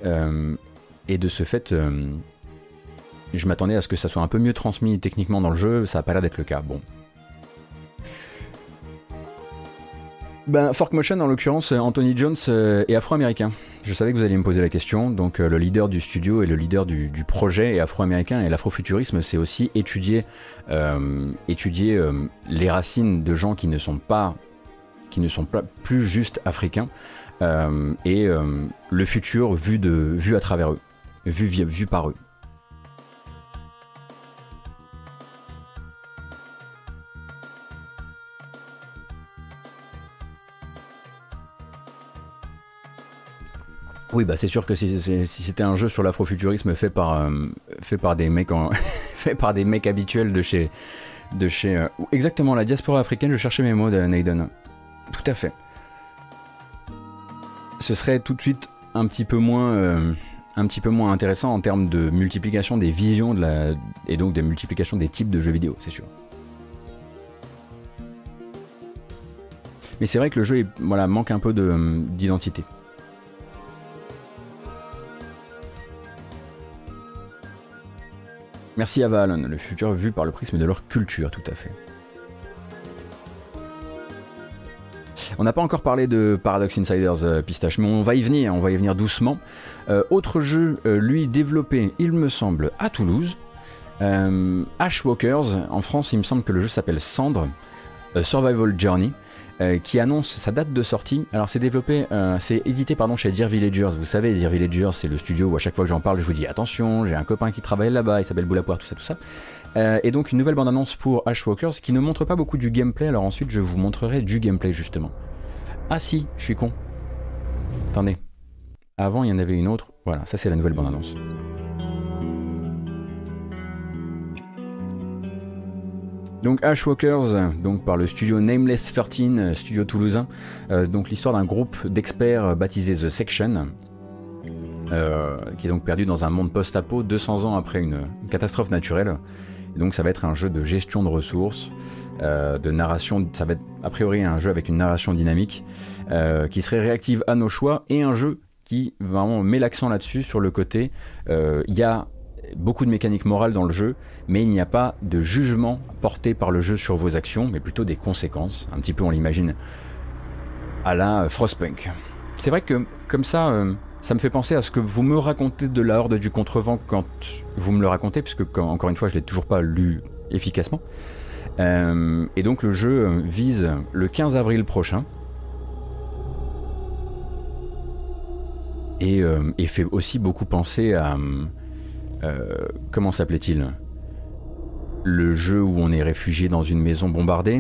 je m'attendais à ce que ça soit un peu mieux transmis techniquement dans le jeu, ça n'a pas l'air d'être le cas. Bon. Fork Motion, en l'occurrence, Anthony Jones est afro-américain. Je savais que vous alliez me poser la question, donc le leader du studio et le leader du projet est afro-américain, et l'afrofuturisme, c'est aussi étudier les racines de gens qui ne sont pas plus juste africains, et le futur vu à travers eux, vu par eux. Oui, c'est sûr que si c'était un jeu sur l'afrofuturisme fait par des mecs fait par des mecs habituels de chez exactement la diaspora africaine, je cherchais mes mots de Naiden. Tout à fait. Ce serait tout de suite un petit peu moins intéressant en termes de multiplication des visions et donc de multiplication des types de jeux vidéo, c'est sûr. Mais c'est vrai que le jeu manque un peu d'identité. Merci Ava Allen, le futur vu par le prisme de leur culture, tout à fait. On n'a pas encore parlé de Paradox Insiders Pistache, mais on va y venir doucement. Autre jeu, lui développé, il me semble, à Toulouse. Ashwalkers, en France il me semble que le jeu s'appelle Cendre, Survival Journey. Qui annonce sa date de sortie. Alors c'est édité chez Dear Villagers. Vous savez, Dear Villagers, c'est le studio où à chaque fois que j'en parle, je vous dis attention, j'ai un copain qui travaille là-bas, il s'appelle Boulapoire, tout ça. Et donc une nouvelle bande-annonce pour Ashwalkers qui ne montre pas beaucoup du gameplay. Alors ensuite, je vous montrerai du gameplay justement. Ah si, je suis con. Attendez. Avant, il y en avait une autre. Voilà, ça c'est la nouvelle bande-annonce. Donc Ashwalkers, donc par le studio Nameless 13, studio toulousain, donc l'histoire d'un groupe d'experts baptisé The Section, qui est donc perdu dans un monde post-apo 200 ans après une catastrophe naturelle. Et donc ça va être un jeu de gestion de ressources, de narration, ça va être a priori un jeu avec une narration dynamique qui serait réactive à nos choix, et un jeu qui vraiment met l'accent là-dessus, sur le côté, il y a beaucoup de mécaniques morales dans le jeu, mais il n'y a pas de jugement porté par le jeu sur vos actions, mais plutôt des conséquences, un petit peu on l'imagine à la Frostpunk. C'est vrai que comme ça me fait penser à ce que vous me racontez de la Horde du Contrevent quand vous me le racontez, puisque encore une fois je ne l'ai toujours pas lu efficacement. Et donc le jeu vise le 15 avril prochain, et fait aussi beaucoup penser à... comment s'appelait-il ? Le jeu où on est réfugié dans une maison bombardée.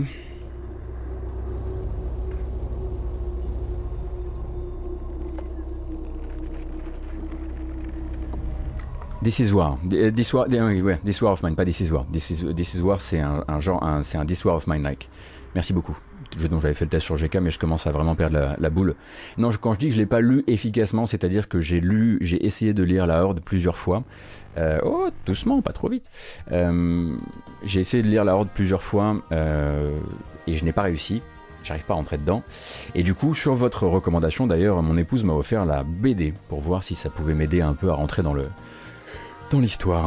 This is War. This War of Mine, pas This is War. This is War, c'est un genre, c'est un This War of Mine like. Merci beaucoup. Jeu dont j'avais fait le test sur GK, mais je commence à vraiment perdre la boule. Non, quand je dis que je l'ai pas lu efficacement, c'est-à-dire que j'ai essayé de lire la Horde plusieurs fois. Doucement, pas trop vite. J'ai essayé de lire la Horde plusieurs fois et je n'ai pas réussi. J'arrive pas à rentrer dedans. Et du coup, sur votre recommandation, d'ailleurs, mon épouse m'a offert la BD pour voir si ça pouvait m'aider un peu à rentrer dans l'histoire.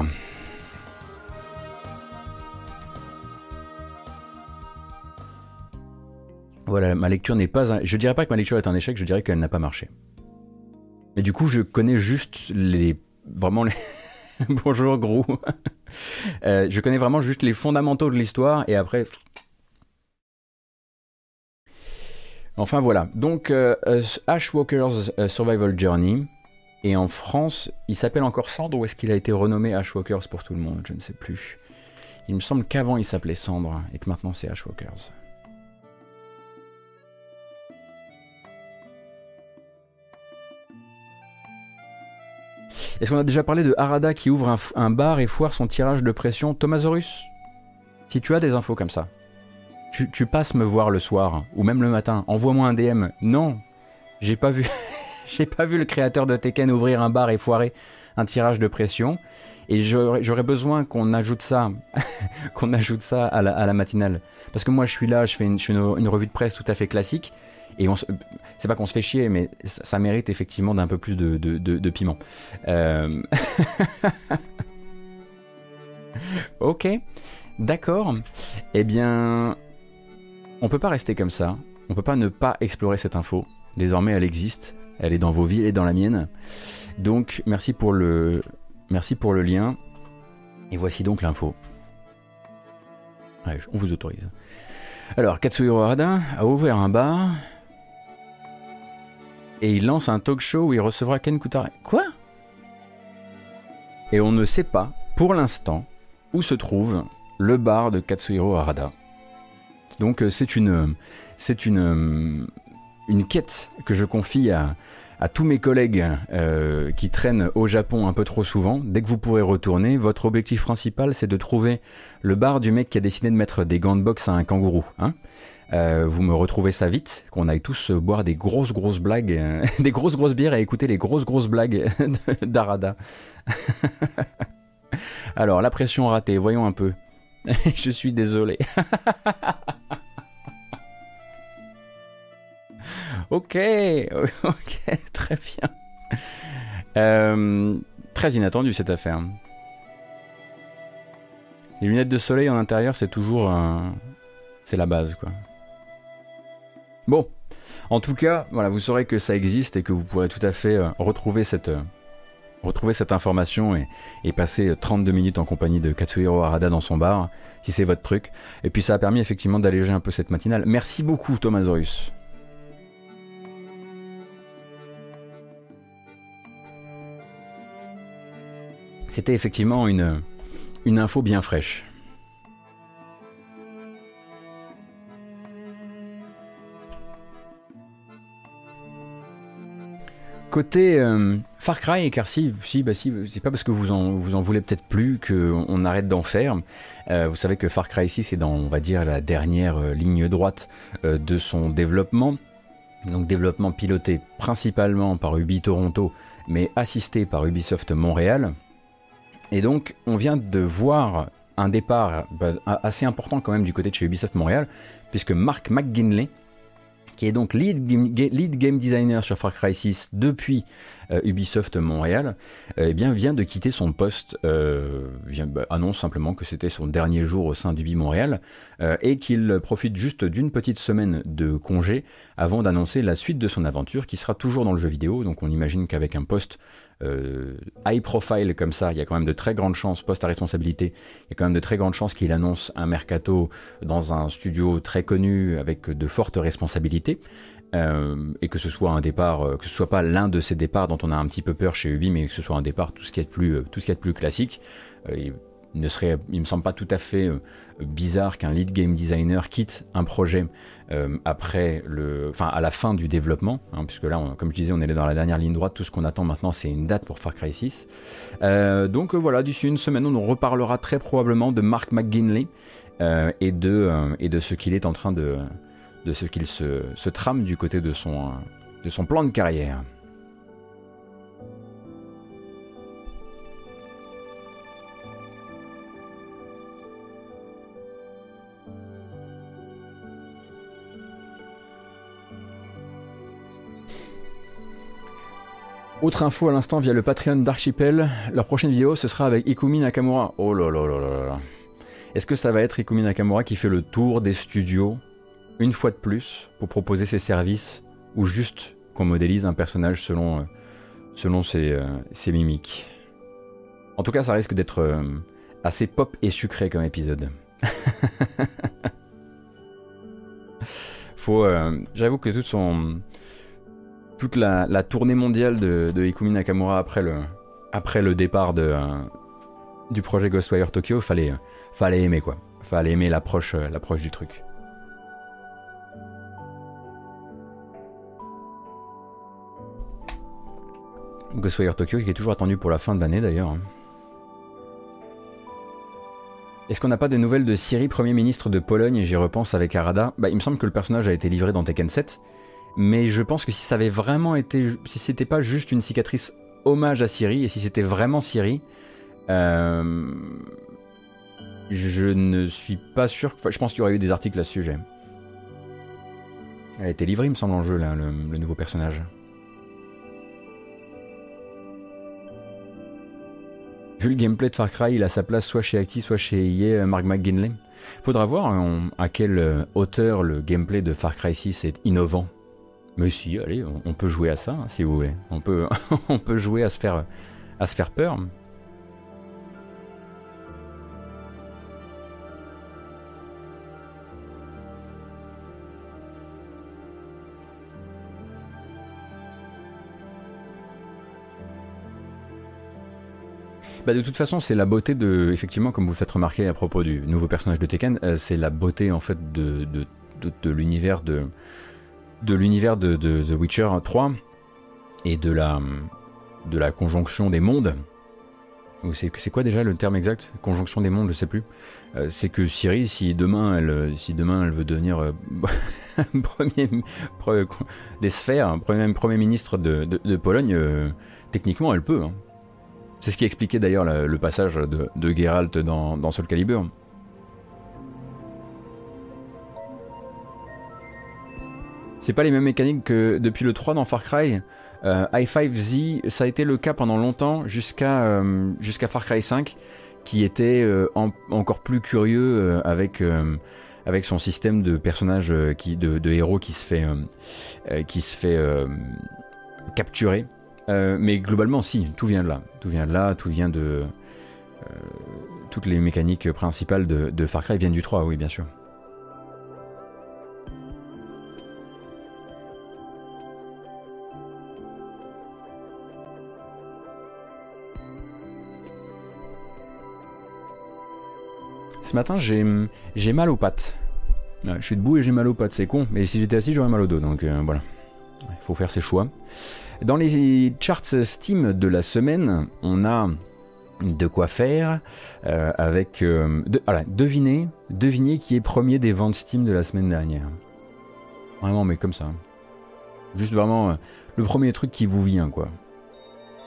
Voilà, ma lecture n'est pas... Je dirais pas que ma lecture est un échec, je dirais qu'elle n'a pas marché. Mais du coup, je connais juste vraiment les... Bonjour, Grou. Je connais vraiment juste les fondamentaux de l'histoire, et après... Enfin, voilà. Donc, Ashwalker's Survival Journey. Et en France, il s'appelle encore Cendre, ou est-ce qu'il a été renommé Ashwalkers pour tout le monde ? Je ne sais plus. Il me semble qu'avant il s'appelait Cendre, et que maintenant c'est Ashwalkers. Est-ce qu'on a déjà parlé de Harada qui ouvre un bar et foire son tirage de pression ? Thomasaurus, si tu as des infos comme ça, tu passes me voir le soir, ou même le matin, envoie-moi un DM. Non, j'ai pas vu... J'ai pas vu le créateur de Tekken ouvrir un bar et foirer un tirage de pression, et j'aurais besoin qu'on ajoute ça, à la matinale. Parce que moi je suis là, je fais une revue de presse tout à fait classique, et c'est pas qu'on se fait chier, mais ça mérite effectivement d'un peu plus de piment. Ok, d'accord. Eh bien, on peut pas rester comme ça, on peut pas ne pas explorer cette info. Désormais elle existe. Elle est dans vos vies, elle est dans la mienne. Donc, merci pour le lien. Et voici donc l'info. Ouais, on vous autorise. Alors, Katsuhiro Harada a ouvert un bar. Et il lance un talk show où il recevra Ken Kutare. Quoi ? Et on ne sait pas, pour l'instant, où se trouve le bar de Katsuhiro Harada. Donc, c'est une quête que je confie à tous mes collègues qui traînent au Japon un peu trop souvent. Dès que vous pourrez retourner, votre objectif principal, c'est de trouver le bar du mec qui a décidé de mettre des gants de boxe à un kangourou. Hein, vous me retrouvez ça vite, qu'on aille tous boire des grosses blagues, des grosses bières, et écouter les grosses blagues d'Harada. Alors, la pression ratée, voyons un peu. Je suis désolé. Ok, très bien. Très inattendu cette affaire. Les lunettes de soleil en intérieur, c'est toujours... c'est la base, quoi. Bon, en tout cas, voilà, vous saurez que ça existe et que vous pourrez tout à fait retrouver cette information et passer 32 minutes en compagnie de Katsuhiro Harada dans son bar, si c'est votre truc. Et puis ça a permis effectivement d'alléger un peu cette matinale. Merci beaucoup, Thomasaurus. C'était effectivement une info bien fraîche. Côté Far Cry, car si, c'est pas parce que vous en voulez peut-être plus qu'on arrête d'en faire. Vous savez que Far Cry 6 est dans, on va dire, la dernière ligne droite de son développement. Donc développement piloté principalement par Ubi Toronto mais assisté par Ubisoft Montréal. Et donc, on vient de voir un départ assez important quand même du côté de chez Ubisoft Montréal, puisque Mark McGinley, qui est donc lead game designer sur Far Cry 6 depuis Ubisoft Montréal, eh bien, vient de quitter son poste, annonce simplement que c'était son dernier jour au sein d'Ubi Montréal, et qu'il profite juste d'une petite semaine de congé avant d'annoncer la suite de son aventure, qui sera toujours dans le jeu vidéo. Donc on imagine qu'avec un poste high profile comme ça, il y a quand même de très grandes chances, poste à responsabilité, il y a quand même de très grandes chances qu'il annonce un mercato dans un studio très connu avec de fortes responsabilités, et que ce soit un départ, que ce soit pas l'un de ces départs dont on a un petit peu peur chez Ubi, mais que ce soit un départ tout ce qui est de plus classique. Il me semble pas tout à fait bizarre qu'un lead game designer quitte un projet à la fin du développement, hein, puisque là, comme je disais, on est dans la dernière ligne droite. Tout ce qu'on attend maintenant, c'est une date pour Far Cry 6. Donc voilà, d'ici une semaine, on reparlera très probablement de Mark McGinley et de ce qu'il est en train de ce qu'il se trame du côté de son plan de carrière. Autre info à l'instant via le Patreon d'Archipel, leur prochaine vidéo ce sera avec Ikumi Nakamura. Oh là là là là là. Est-ce que ça va être Ikumi Nakamura qui fait le tour des studios une fois de plus pour proposer ses services, ou juste qu'on modélise un personnage selon ses mimiques? En tout cas, ça risque d'être assez pop et sucré comme épisode. J'avoue que toute la tournée mondiale de Ikumi Nakamura après le départ du projet Ghostwire Tokyo, fallait aimer quoi. Fallait aimer l'approche du truc. Ghostwire Tokyo qui est toujours attendu pour la fin de l'année d'ailleurs. Est-ce qu'on n'a pas de nouvelles de Siri, Premier ministre de Pologne? Et j'y repense avec Arada. Il me semble que le personnage a été livré dans Tekken 7. Mais je pense que si ça avait vraiment été, si c'était pas juste une cicatrice hommage à Siri, et si c'était vraiment Siri, je ne suis pas sûr. Je pense qu'il y aurait eu des articles à ce sujet. Elle a été livrée, il me semble, en jeu là, le nouveau personnage. Vu le gameplay de Far Cry, il a sa place soit chez Acti, soit chez EA, Mark McGinley. Faudra voir à quelle hauteur le gameplay de Far Cry 6 est innovant. Mais si, allez, on peut jouer à ça, hein, si vous voulez. On peut jouer à se faire peur. De toute façon, c'est la beauté de, effectivement, comme vous le faites remarquer à propos du nouveau personnage de Tekken, c'est la beauté en fait de l'univers de The Witcher 3 et de la conjonction des mondes. C'est quoi déjà le terme exact? Conjonction des mondes, je sais plus. C'est que Siri, si demain elle veut devenir des sphères, premier ministre de Pologne, techniquement elle peut. Hein. C'est ce qui expliquait d'ailleurs le passage de Geralt dans Soul Calibur. C'est pas les mêmes mécaniques que depuis le 3 dans Far Cry. i5Z, ça a été le cas pendant longtemps jusqu'à Far Cry 5, qui était encore plus curieux avec son système de personnages de héros qui se fait capturer. Mais globalement, si, tout vient de là. Tout vient de toutes les mécaniques principales de Far Cry viennent du 3, oui, bien sûr. Ce matin, j'ai mal aux pattes. Je suis debout et j'ai mal aux pattes, c'est con. Mais si j'étais assis, j'aurais mal au dos. Donc voilà, il faut faire ses choix. Dans les charts Steam de la semaine, on a de quoi faire avec... devinez qui est premier des ventes Steam de la semaine dernière. Vraiment, mais comme ça. Juste vraiment le premier truc qui vous vient, quoi.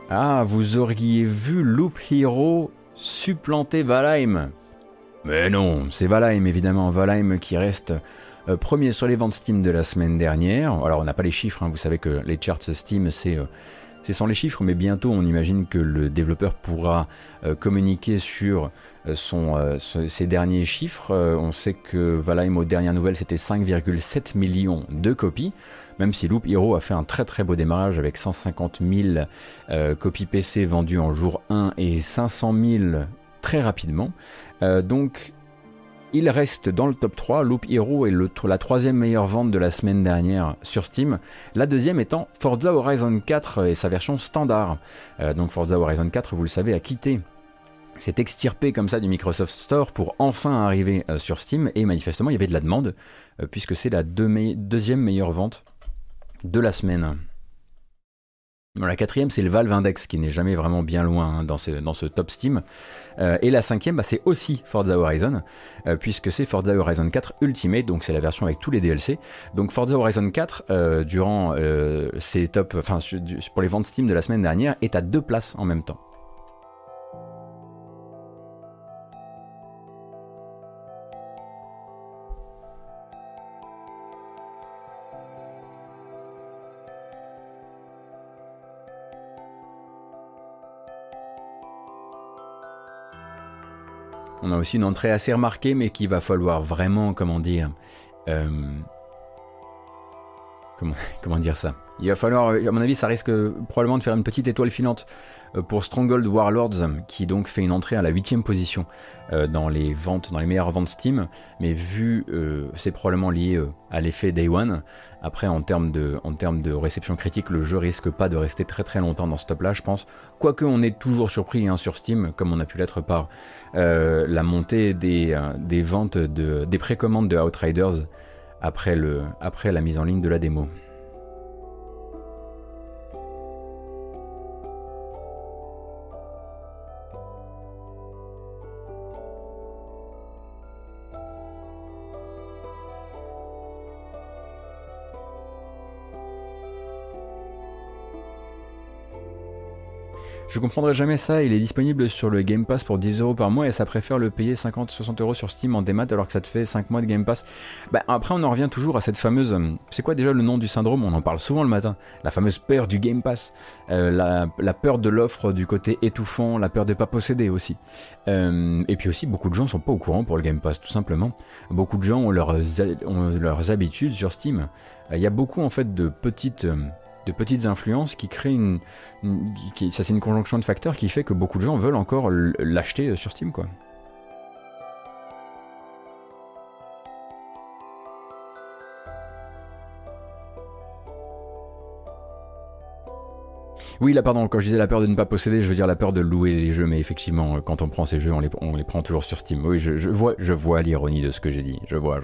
Ah, vous auriez vu Loop Hero supplanter Valheim? Mais non, c'est Valheim évidemment, Valheim qui reste premier sur les ventes Steam de la semaine dernière. Alors on n'a pas les chiffres, hein. Vous savez que les charts Steam c'est sans les chiffres, mais bientôt on imagine que le développeur pourra communiquer sur ses derniers chiffres. On sait que Valheim aux dernières nouvelles c'était 5,7 millions de copies, même si Loop Hero a fait un très très beau démarrage avec 150 000 copies PC vendues en jour 1 et 500 000 très rapidement. Donc il reste dans le top 3, Loop Hero est la troisième meilleure vente de la semaine dernière sur Steam, la deuxième étant Forza Horizon 4 et sa version standard. Donc Forza Horizon 4, vous le savez, a quitté, s'est extirpé comme ça du Microsoft Store pour enfin arriver sur Steam, et manifestement il y avait de la demande, puisque c'est la deuxième meilleure vente de la semaine. Bon, la quatrième c'est le Valve Index qui n'est jamais vraiment bien loin, hein, dans ce top Steam, et la cinquième c'est aussi Forza Horizon, puisque c'est Forza Horizon 4 Ultimate, donc c'est la version avec tous les DLC. Donc Forza Horizon 4 durant ces top, enfin pour les ventes Steam de la semaine dernière, est à 2 places en même temps. On a aussi une entrée assez remarquée, mais qu'il va falloir vraiment, comment dire ça. Il va falloir, à mon avis, ça risque probablement de faire une petite étoile filante pour Stronghold Warlords, qui donc fait une entrée à la 8e position dans les meilleures ventes Steam, mais vu, c'est probablement lié à l'effet Day One. Après, en termes de réception critique, le jeu risque pas de rester très très longtemps dans ce top-là, je pense. Quoique on est toujours surpris, hein, sur Steam, comme on a pu l'être par la montée des ventes, des précommandes de Outriders après la mise en ligne de la démo. Je comprendrai jamais ça, il est disponible sur le Game Pass pour 10 € par mois et ça préfère le payer 50-60 € sur Steam en démat alors que ça te fait 5 mois de Game Pass. Bah, après on en revient toujours à cette fameuse... C'est quoi déjà le nom du syndrome? On en parle souvent le matin. La fameuse peur du Game Pass. La peur de l'offre du côté étouffant, la peur de pas posséder aussi. Et puis aussi beaucoup de gens sont pas au courant pour le Game Pass tout simplement. Beaucoup de gens ont leurs habitudes sur Steam. Il y a beaucoup en fait de petites influences qui créent ça c'est une conjonction de facteurs qui fait que beaucoup de gens veulent encore l'acheter sur Steam, quoi. Oui, là, pardon, quand je disais la peur de ne pas posséder, je veux dire la peur de louer les jeux, mais effectivement, quand on prend ces jeux, on les prend toujours sur Steam. Oui, je vois l'ironie de ce que j'ai dit, je vois.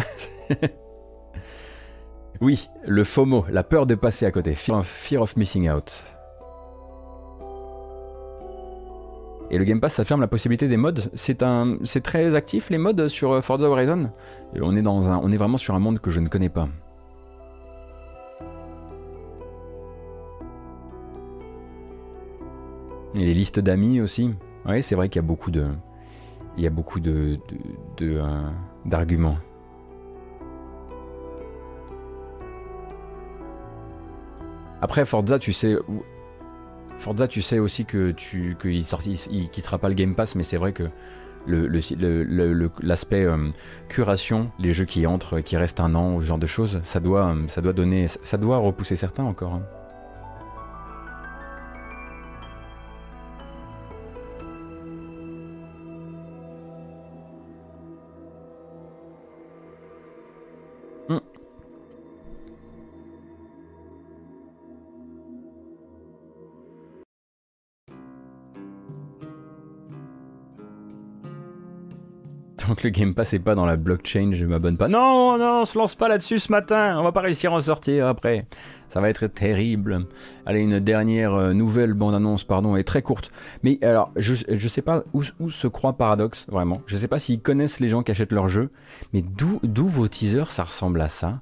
Oui, le FOMO, la peur de passer à côté, Fear of Missing Out. Et le Game Pass, ça ferme la possibilité des mods. C'est très actif les mods sur Forza Horizon. Et on est vraiment sur un monde que je ne connais pas. Et les listes d'amis aussi. Oui, c'est vrai qu'il y a beaucoup d'arguments. Après Forza, tu sais aussi que qu'il quittera pas le Game Pass, mais c'est vrai que l'aspect curation, les jeux qui entrent, qui restent un an, ou ce genre de choses, ça doit repousser certains encore, hein. Donc le Game Pass est pas dans la blockchain, je m'abonne pas. Non, on se lance pas là-dessus ce matin, on va pas réussir à en sortir après. Ça va être terrible. Allez, une dernière nouvelle bande-annonce, pardon, est très courte. Mais alors, je sais pas où se croit Paradox, vraiment. Je sais pas s'ils connaissent les gens qui achètent leurs jeux, mais d'où vos teasers, ça ressemble à ça.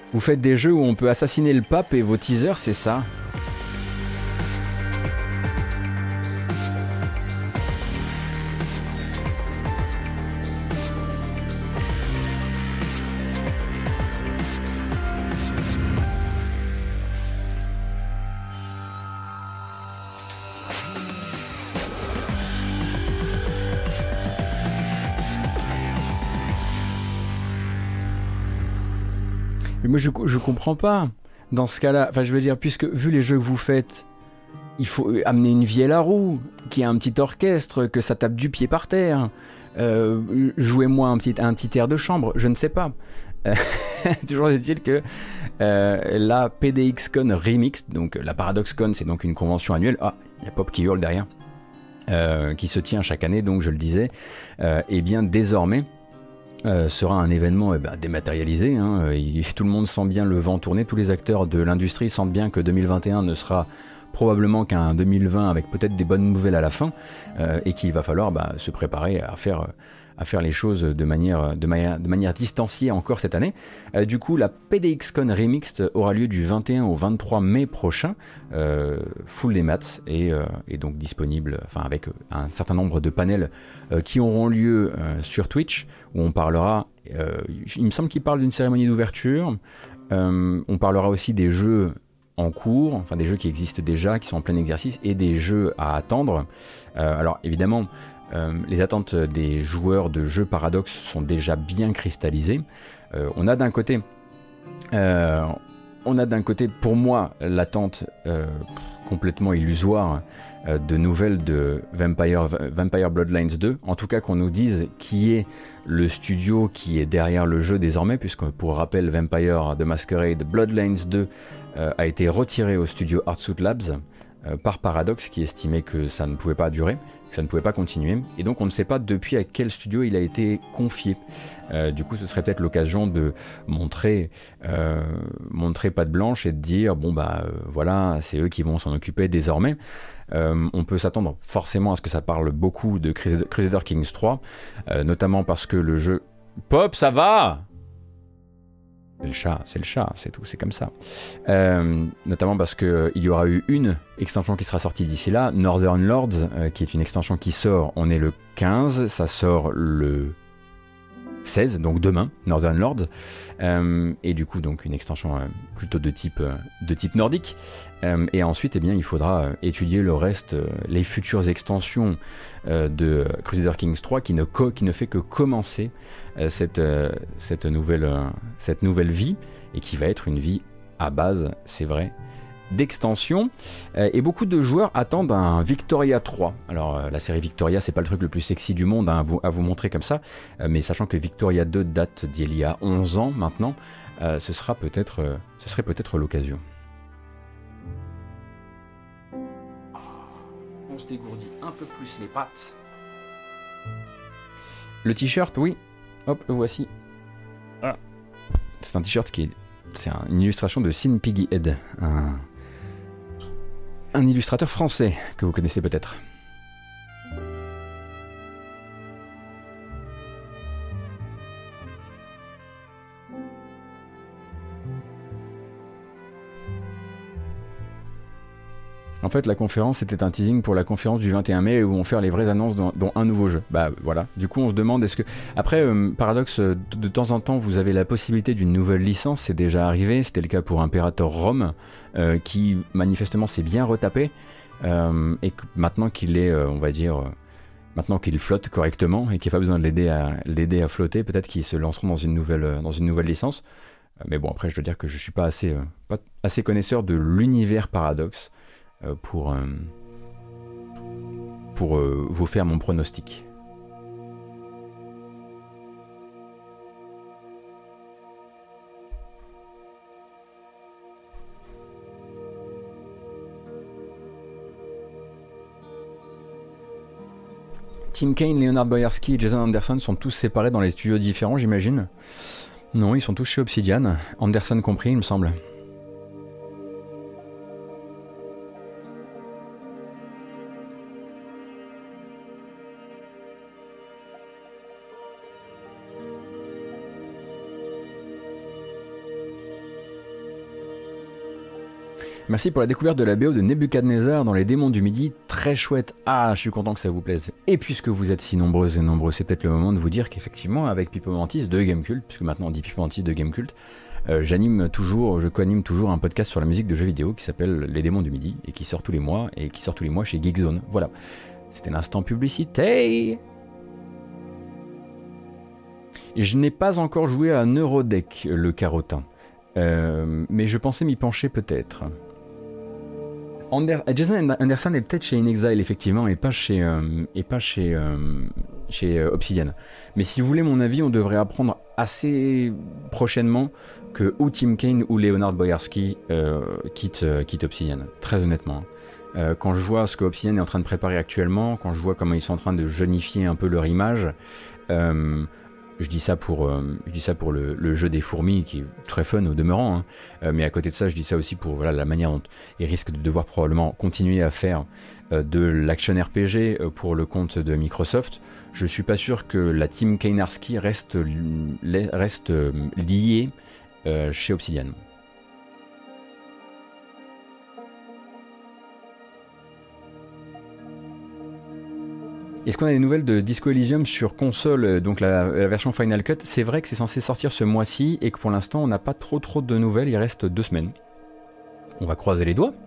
Vous faites des jeux où on peut assassiner le pape et vos teasers, c'est ça? Moi je comprends pas dans ce cas-là, enfin je veux dire, puisque vu les jeux que vous faites, il faut amener une vieille à roue, qui a un petit orchestre, que ça tape du pied par terre, jouez-moi un petit air de chambre, je ne sais pas. Toujours est-il que la PDXCon Remix, donc la ParadoxCon, c'est donc une convention annuelle, ah, il y a Pop qui hurle derrière, qui se tient chaque année, donc je le disais, et bien désormais sera un événement dématérialisé, hein. Tout le monde sent bien le vent tourner, tous les acteurs de l'industrie sentent bien que 2021 ne sera probablement qu'un 2020 avec peut-être des bonnes nouvelles à la fin, et qu'il va falloir se préparer à faire les choses de manière distanciée encore cette année. Du coup, la PDXCon Remixed aura lieu du 21 au 23 mai prochain, full des maths, et donc disponible, enfin avec un certain nombre de panels qui auront lieu sur Twitch, où on parlera, il me semble qu'il parle d'une cérémonie d'ouverture, on parlera aussi des jeux en cours, enfin des jeux qui existent déjà, qui sont en plein exercice, et des jeux à attendre. Alors évidemment, les attentes des joueurs de jeux Paradox sont déjà bien cristallisées. On a d'un côté, pour moi, l'attente complètement illusoire de nouvelles de Vampire Bloodlines 2. En tout cas, qu'on nous dise qui est le studio qui est derrière le jeu désormais, puisque pour rappel, Vampire the Masquerade Bloodlines 2 a été retiré au studio Artsuit Labs par Paradox, qui estimait que ça ne pouvait pas durer, que ça ne pouvait pas continuer, et donc on ne sait pas depuis à quel studio il a été confié. Du coup, ce serait peut-être l'occasion de montrer patte blanche et de dire voilà, c'est eux qui vont s'en occuper désormais. On peut s'attendre forcément à ce que ça parle beaucoup de Crusader Kings 3, notamment parce que le jeu... Pop, ça va? C'est le chat, c'est tout, c'est comme ça. Notamment parce qu'il y aura eu une extension qui sera sortie d'ici là, Northern Lords, qui est une extension qui sort, on est le 15, ça sort le 16, donc demain, Northern Lords, et du coup donc une extension plutôt de type nordique, et ensuite il faudra étudier le reste, les futures extensions de Crusader Kings 3 qui ne fait que commencer cette nouvelle vie, et qui va être une vie à base, c'est vrai, d'extension, et beaucoup de joueurs attendent un Victoria 3. Alors la série Victoria, c'est pas le truc le plus sexy du monde à vous montrer comme ça, mais sachant que Victoria 2 date d'il y a 11 ans maintenant, ce serait peut-être l'occasion. On se dégourdit un peu plus les pattes. Le t-shirt, oui, hop, le voici. Ah. C'est un t-shirt c'est une illustration de Sin Piggy Head, un illustrateur français que vous connaissez peut-être. En fait, la conférence était un teasing pour la conférence du 21 mai où on fait les vraies annonces dont un nouveau jeu. Bah voilà. Du coup, on se demande est-ce que... Après, Paradox, de temps en temps, vous avez la possibilité d'une nouvelle licence. C'est déjà arrivé. C'était le cas pour Imperator Rome, qui manifestement s'est bien retapé. Et que maintenant qu'il est, on va dire... maintenant qu'il flotte correctement et qu'il n'y a pas besoin de l'aider à flotter, peut-être qu'ils se lanceront dans une nouvelle licence. Mais bon, après, je dois dire que je ne suis pas assez connaisseur de l'univers Paradox pour vous faire mon pronostic. Tim Kaine, Leonard Boyarsky et Jason Anderson sont tous séparés dans les studios différents, j'imagine. Non, ils sont tous chez Obsidian, Anderson compris, il me semble. Merci pour la découverte de la BO de Nebuchadnezzar dans Les Démons du Midi, très chouette. Ah, je suis content que ça vous plaise. Et puisque vous êtes si nombreuses et nombreux, c'est peut-être le moment de vous dire qu'effectivement, avec Pipo Mantis de Gamecult, puisque maintenant on dit Pipo Mantis de Gamecult, je co-anime toujours un podcast sur la musique de jeux vidéo qui s'appelle Les Démons du Midi et qui sort tous les mois chez Geekzone. Voilà, c'était l'instant publicité. Et je n'ai pas encore joué à Neurodeck, le carotin, mais je pensais m'y pencher peut-être. Jason Anderson est peut-être chez InXile effectivement et pas chez Obsidian. Mais si vous voulez mon avis, on devrait apprendre assez prochainement que ou Tim Kaine ou Leonard Boyarsky quittent Obsidian, très honnêtement. Quand je vois ce que Obsidian est en train de préparer actuellement, quand je vois comment ils sont en train de jeunifier un peu leur image, je dis ça pour le jeu des fourmis qui est très fun au demeurant, hein. Mais à côté de ça, je dis ça aussi pour voilà, la manière dont ils risquent de devoir probablement continuer à faire de l'action RPG pour le compte de Microsoft. Je suis pas sûr que la team Kainarski reste liée chez Obsidian. Est-ce qu'on a des nouvelles de Disco Elysium sur console, donc la version Final Cut? C'est vrai que c'est censé sortir ce mois-ci et que pour l'instant on n'a pas trop de nouvelles, il reste 2 semaines. On va croiser les doigts.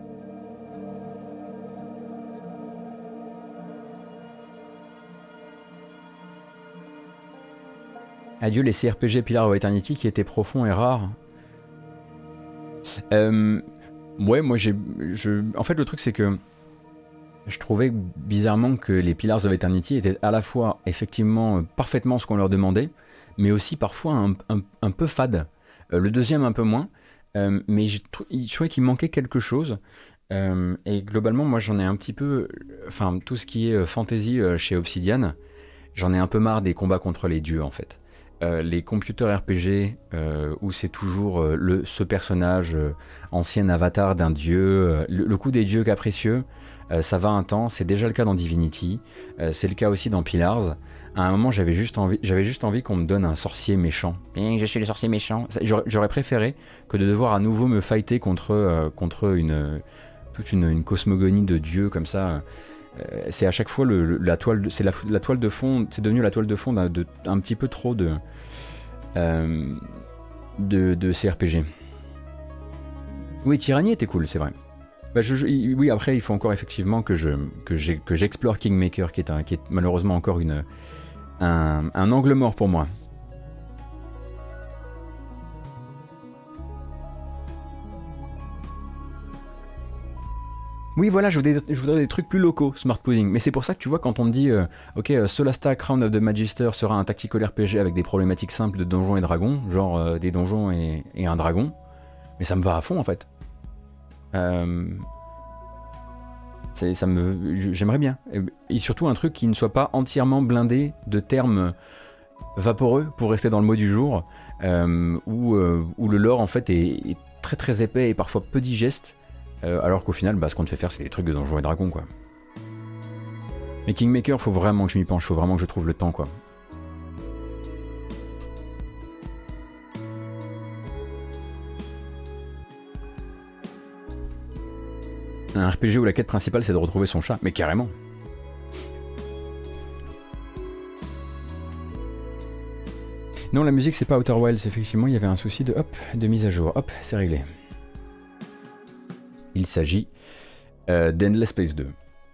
Adieu les CRPG Pillars of Eternity qui étaient profonds et rares. Ouais, moi en fait le truc c'est que je trouvais bizarrement que les Pillars of Eternity étaient à la fois effectivement parfaitement ce qu'on leur demandait, mais aussi parfois un peu fade. Le deuxième un peu moins, mais je trouvais qu'il manquait quelque chose. Et globalement, moi j'en ai un petit peu... Enfin, tout ce qui est fantasy chez Obsidian, j'en ai un peu marre des combats contre les dieux en fait. Les computer RPG où c'est toujours ce personnage ancien avatar d'un dieu, le coup des dieux capricieux, ça va un temps, c'est déjà le cas dans Divinity, c'est le cas aussi dans Pillars. À un moment j'avais juste envie qu'on me donne un sorcier méchant. Et je suis le sorcier méchant. J'aurais préféré que de devoir à nouveau me fighter contre toute une cosmogonie de dieux comme ça. C'est à chaque fois la toile de fond, c'est devenu la toile de fond d'un petit peu trop de CRPG. Oui, Tyranny était cool, c'est vrai. Bah oui, après il faut encore effectivement que j'explore Kingmaker qui est malheureusement encore un angle mort pour moi. Oui, voilà, je voudrais des trucs plus locaux, Smart Pudding. Mais c'est pour ça que tu vois, quand on me dit ok, Solasta Crown of the Magister sera un tactical RPG avec des problématiques simples de donjons et dragons, genre des donjons et un dragon, mais ça me va à fond en fait. J'aimerais bien. Et surtout un truc qui ne soit pas entièrement blindé de termes vaporeux, pour rester dans le mot du jour, où le lore en fait est très très épais et parfois peu digeste. Alors qu'au final, ce qu'on te fait faire, c'est des trucs de Donjons et Dragons, quoi. Mais Kingmaker, faut vraiment que je m'y penche, faut vraiment que je trouve le temps, quoi. Un RPG où la quête principale, c'est de retrouver son chat, mais carrément. Non, la musique, c'est pas Outer Wilds, effectivement, il y avait un souci de mise à jour. Hop, c'est réglé. Il s'agit d'Endless Space 2.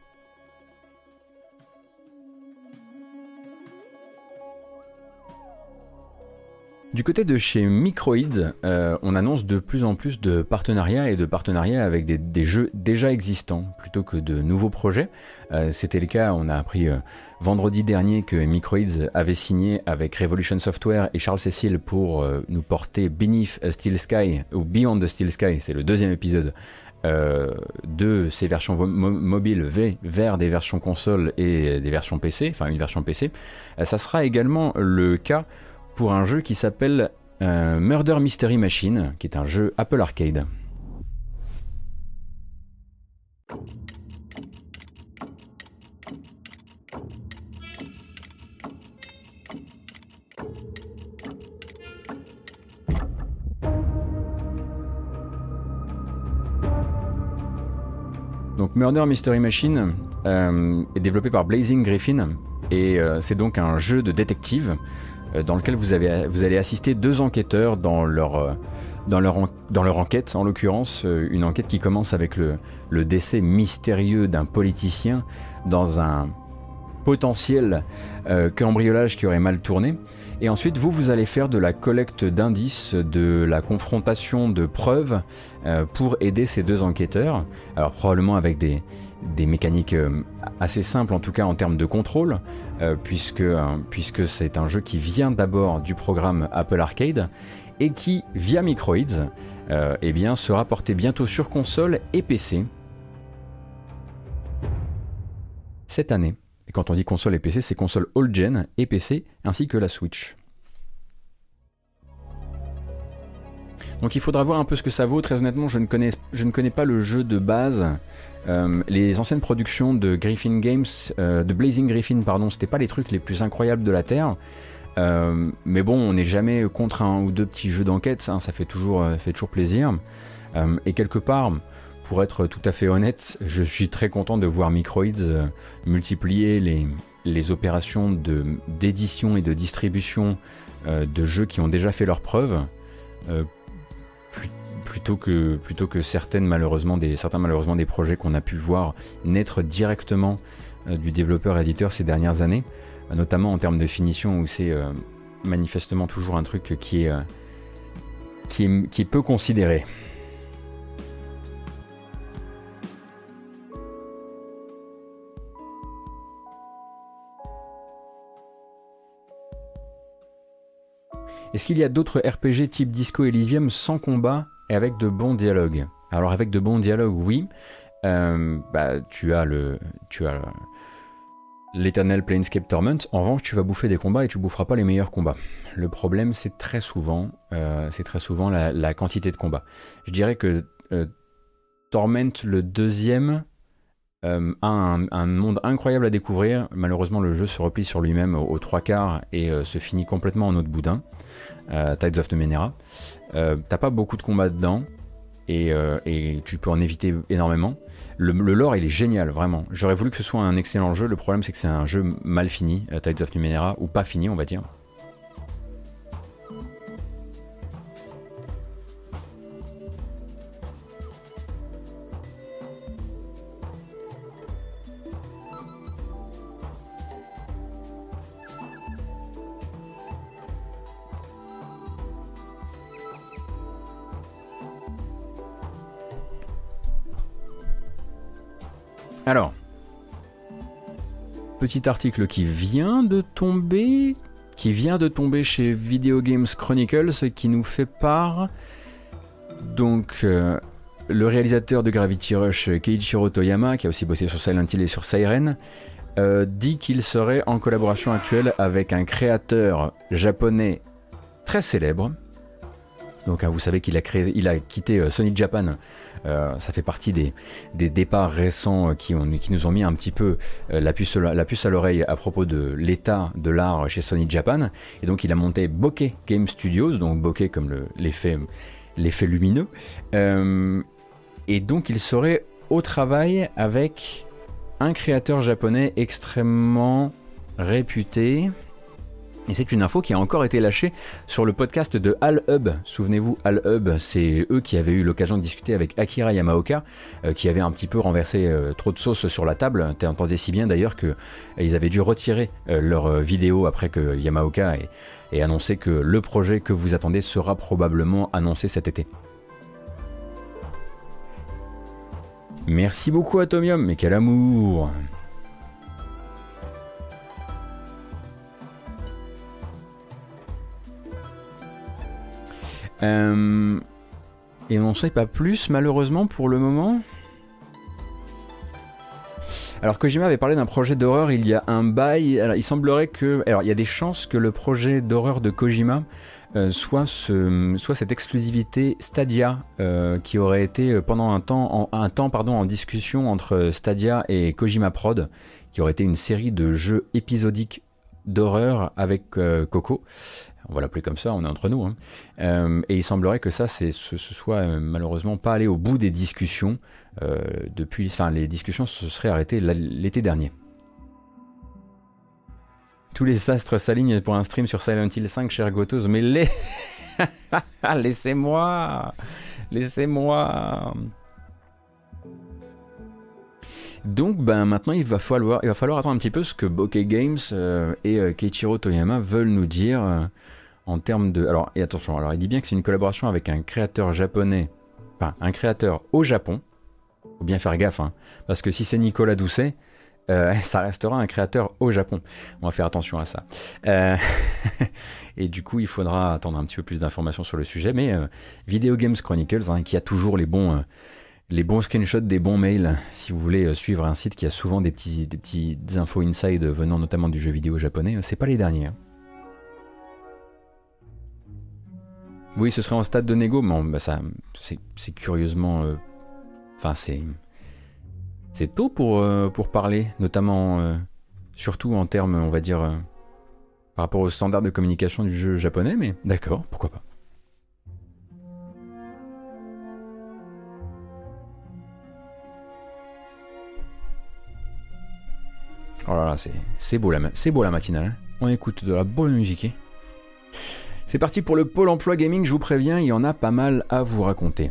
Du côté de chez Microïd, on annonce de plus en plus de partenariats avec des jeux déjà existants plutôt que de nouveaux projets. C'était le cas, on a appris vendredi dernier que Microïd avait signé avec Revolution Software et Charles Cecil pour nous porter Beneath a Steel Sky, ou Beyond the Steel Sky, c'est le deuxième épisode, de ces versions mobiles vers des versions console et des versions PC, enfin une version PC. Ça sera également le cas pour un jeu qui s'appelle Murder Mystery Machine, qui est un jeu Apple Arcade. Donc Murder Mystery Machine est développé par Blazing Griffin et c'est donc un jeu de détective dans lequel vous allez assister 2 enquêteurs dans leur enquête, en l'occurrence une enquête qui commence avec le décès mystérieux d'un politicien dans un potentiel cambriolage qui aurait mal tourné. Et ensuite, vous allez faire de la collecte d'indices, de la confrontation de preuves pour aider ces 2 enquêteurs. Alors probablement avec des mécaniques assez simples, en tout cas en termes de contrôle, puisque c'est un jeu qui vient d'abord du programme Apple Arcade et qui, via Microids, eh bien, sera porté bientôt sur console et PC cette année. Et quand on dit console et PC, c'est console all-gen et PC, ainsi que la Switch. Donc il faudra voir un peu ce que ça vaut. Très honnêtement, je ne connais pas le jeu de base. Les anciennes productions de Griffin Games, de Blazing Griffin, pardon, c'était pas les trucs les plus incroyables de la Terre. Mais bon, on n'est jamais contre 1 ou 2 petits jeux d'enquête, hein, ça fait toujours plaisir. Et quelque part, pour être tout à fait honnête, je suis très content de voir Microids multiplier les opérations d'édition et de distribution de jeux qui ont déjà fait leurs preuves, plutôt que certains malheureusement des projets qu'on a pu voir naître directement du développeur-éditeur ces dernières années, notamment en termes de finition où c'est manifestement toujours un truc qui est peu considéré. Est-ce qu'il y a d'autres RPG type Disco Elysium sans combat et avec de bons dialogues? Alors avec de bons dialogues, oui. Tu as l'Eternal Planescape Torment. En revanche, tu vas bouffer des combats et tu boufferas pas les meilleurs combats. Le problème, c'est très souvent la quantité de combats. Je dirais que Torment, le deuxième, a un monde incroyable à découvrir. Malheureusement, le jeu se replie sur lui-même aux 3/4 et se finit complètement en eau de boudin. Tides of Numenera. T'as pas beaucoup de combats dedans et tu peux en éviter énormément. Le lore, il est génial, vraiment. J'aurais voulu que ce soit un excellent jeu. Le problème, c'est que c'est un jeu mal fini, Tides of Numenera, ou pas fini, on va dire. Alors, petit article qui vient de tomber chez Video Games Chronicles, qui nous fait part. Donc, le réalisateur de Gravity Rush, Keiichiro Toyama, qui a aussi bossé sur Silent Hill et sur Siren, dit qu'il serait en collaboration actuelle avec un créateur japonais très célèbre. Donc vous savez qu'il a quitté Sony Japan. Ça fait partie des départs récents qui nous ont mis un petit peu la puce à l'oreille à propos de l'état de l'art chez Sony Japan. Et donc il a monté Bokeh Game Studios, donc bokeh comme l'effet lumineux. Et donc il serait au travail avec un créateur japonais extrêmement réputé. Et c'est une info qui a encore été lâchée sur le podcast de HAL-Hub. Souvenez-vous, HAL-Hub, c'est eux qui avaient eu l'occasion de discuter avec Akira Yamaoka, qui avait un petit peu renversé trop de sauce sur la table. T'entendais si bien d'ailleurs qu'ils avaient dû retirer leur vidéo après que Yamaoka ait annoncé que le projet que vous attendez sera probablement annoncé cet été. Merci beaucoup Atomium, mais quel amour! Et on ne sait pas plus malheureusement pour le moment. Alors Kojima avait parlé d'un projet d'horreur il y a un bail. Alors, il semblerait que... Alors il y a des chances que le projet d'horreur de Kojima soit cette exclusivité Stadia qui aurait été pendant un temps en discussion entre Stadia et Kojima Prod, qui aurait été une série de jeux épisodiques d'horreur avec Coco. On va l'appeler comme ça, on est entre nous. Hein. Et il semblerait que ça, ce soit malheureusement pas allé au bout des discussions. Les discussions se seraient arrêtées l'été dernier. Tous les astres s'alignent pour un stream sur Silent Hill 5, cher Gotos, mais laissez-moi. Donc maintenant il va falloir attendre un petit peu ce que Bokeh Games et Keiichiro Toyama veulent nous dire en termes de... Alors, et attention, alors il dit bien que c'est une collaboration avec un créateur japonais, enfin un créateur au Japon. Faut bien faire gaffe, hein, parce que si c'est Nicolas Doucet, ça restera un créateur au Japon. On va faire attention à ça. Et du coup, il faudra attendre un petit peu plus d'informations sur le sujet. Mais Video Games Chronicles, hein, qui a toujours les bons screenshots des bons mails, si vous voulez suivre un site qui a souvent des petites infos inside venant notamment du jeu vidéo japonais, c'est pas les derniers. Hein. Oui, ce serait en stade de négo, mais ça, c'est curieusement... Enfin, c'est tôt pour parler, notamment, surtout en termes, on va dire, par rapport aux standards de communication du jeu japonais, mais d'accord, pourquoi pas. Oh là là, c'est beau la matinale, hein. On écoute de la bonne musique. C'est parti pour le pôle emploi gaming, je vous préviens, il y en a pas mal à vous raconter.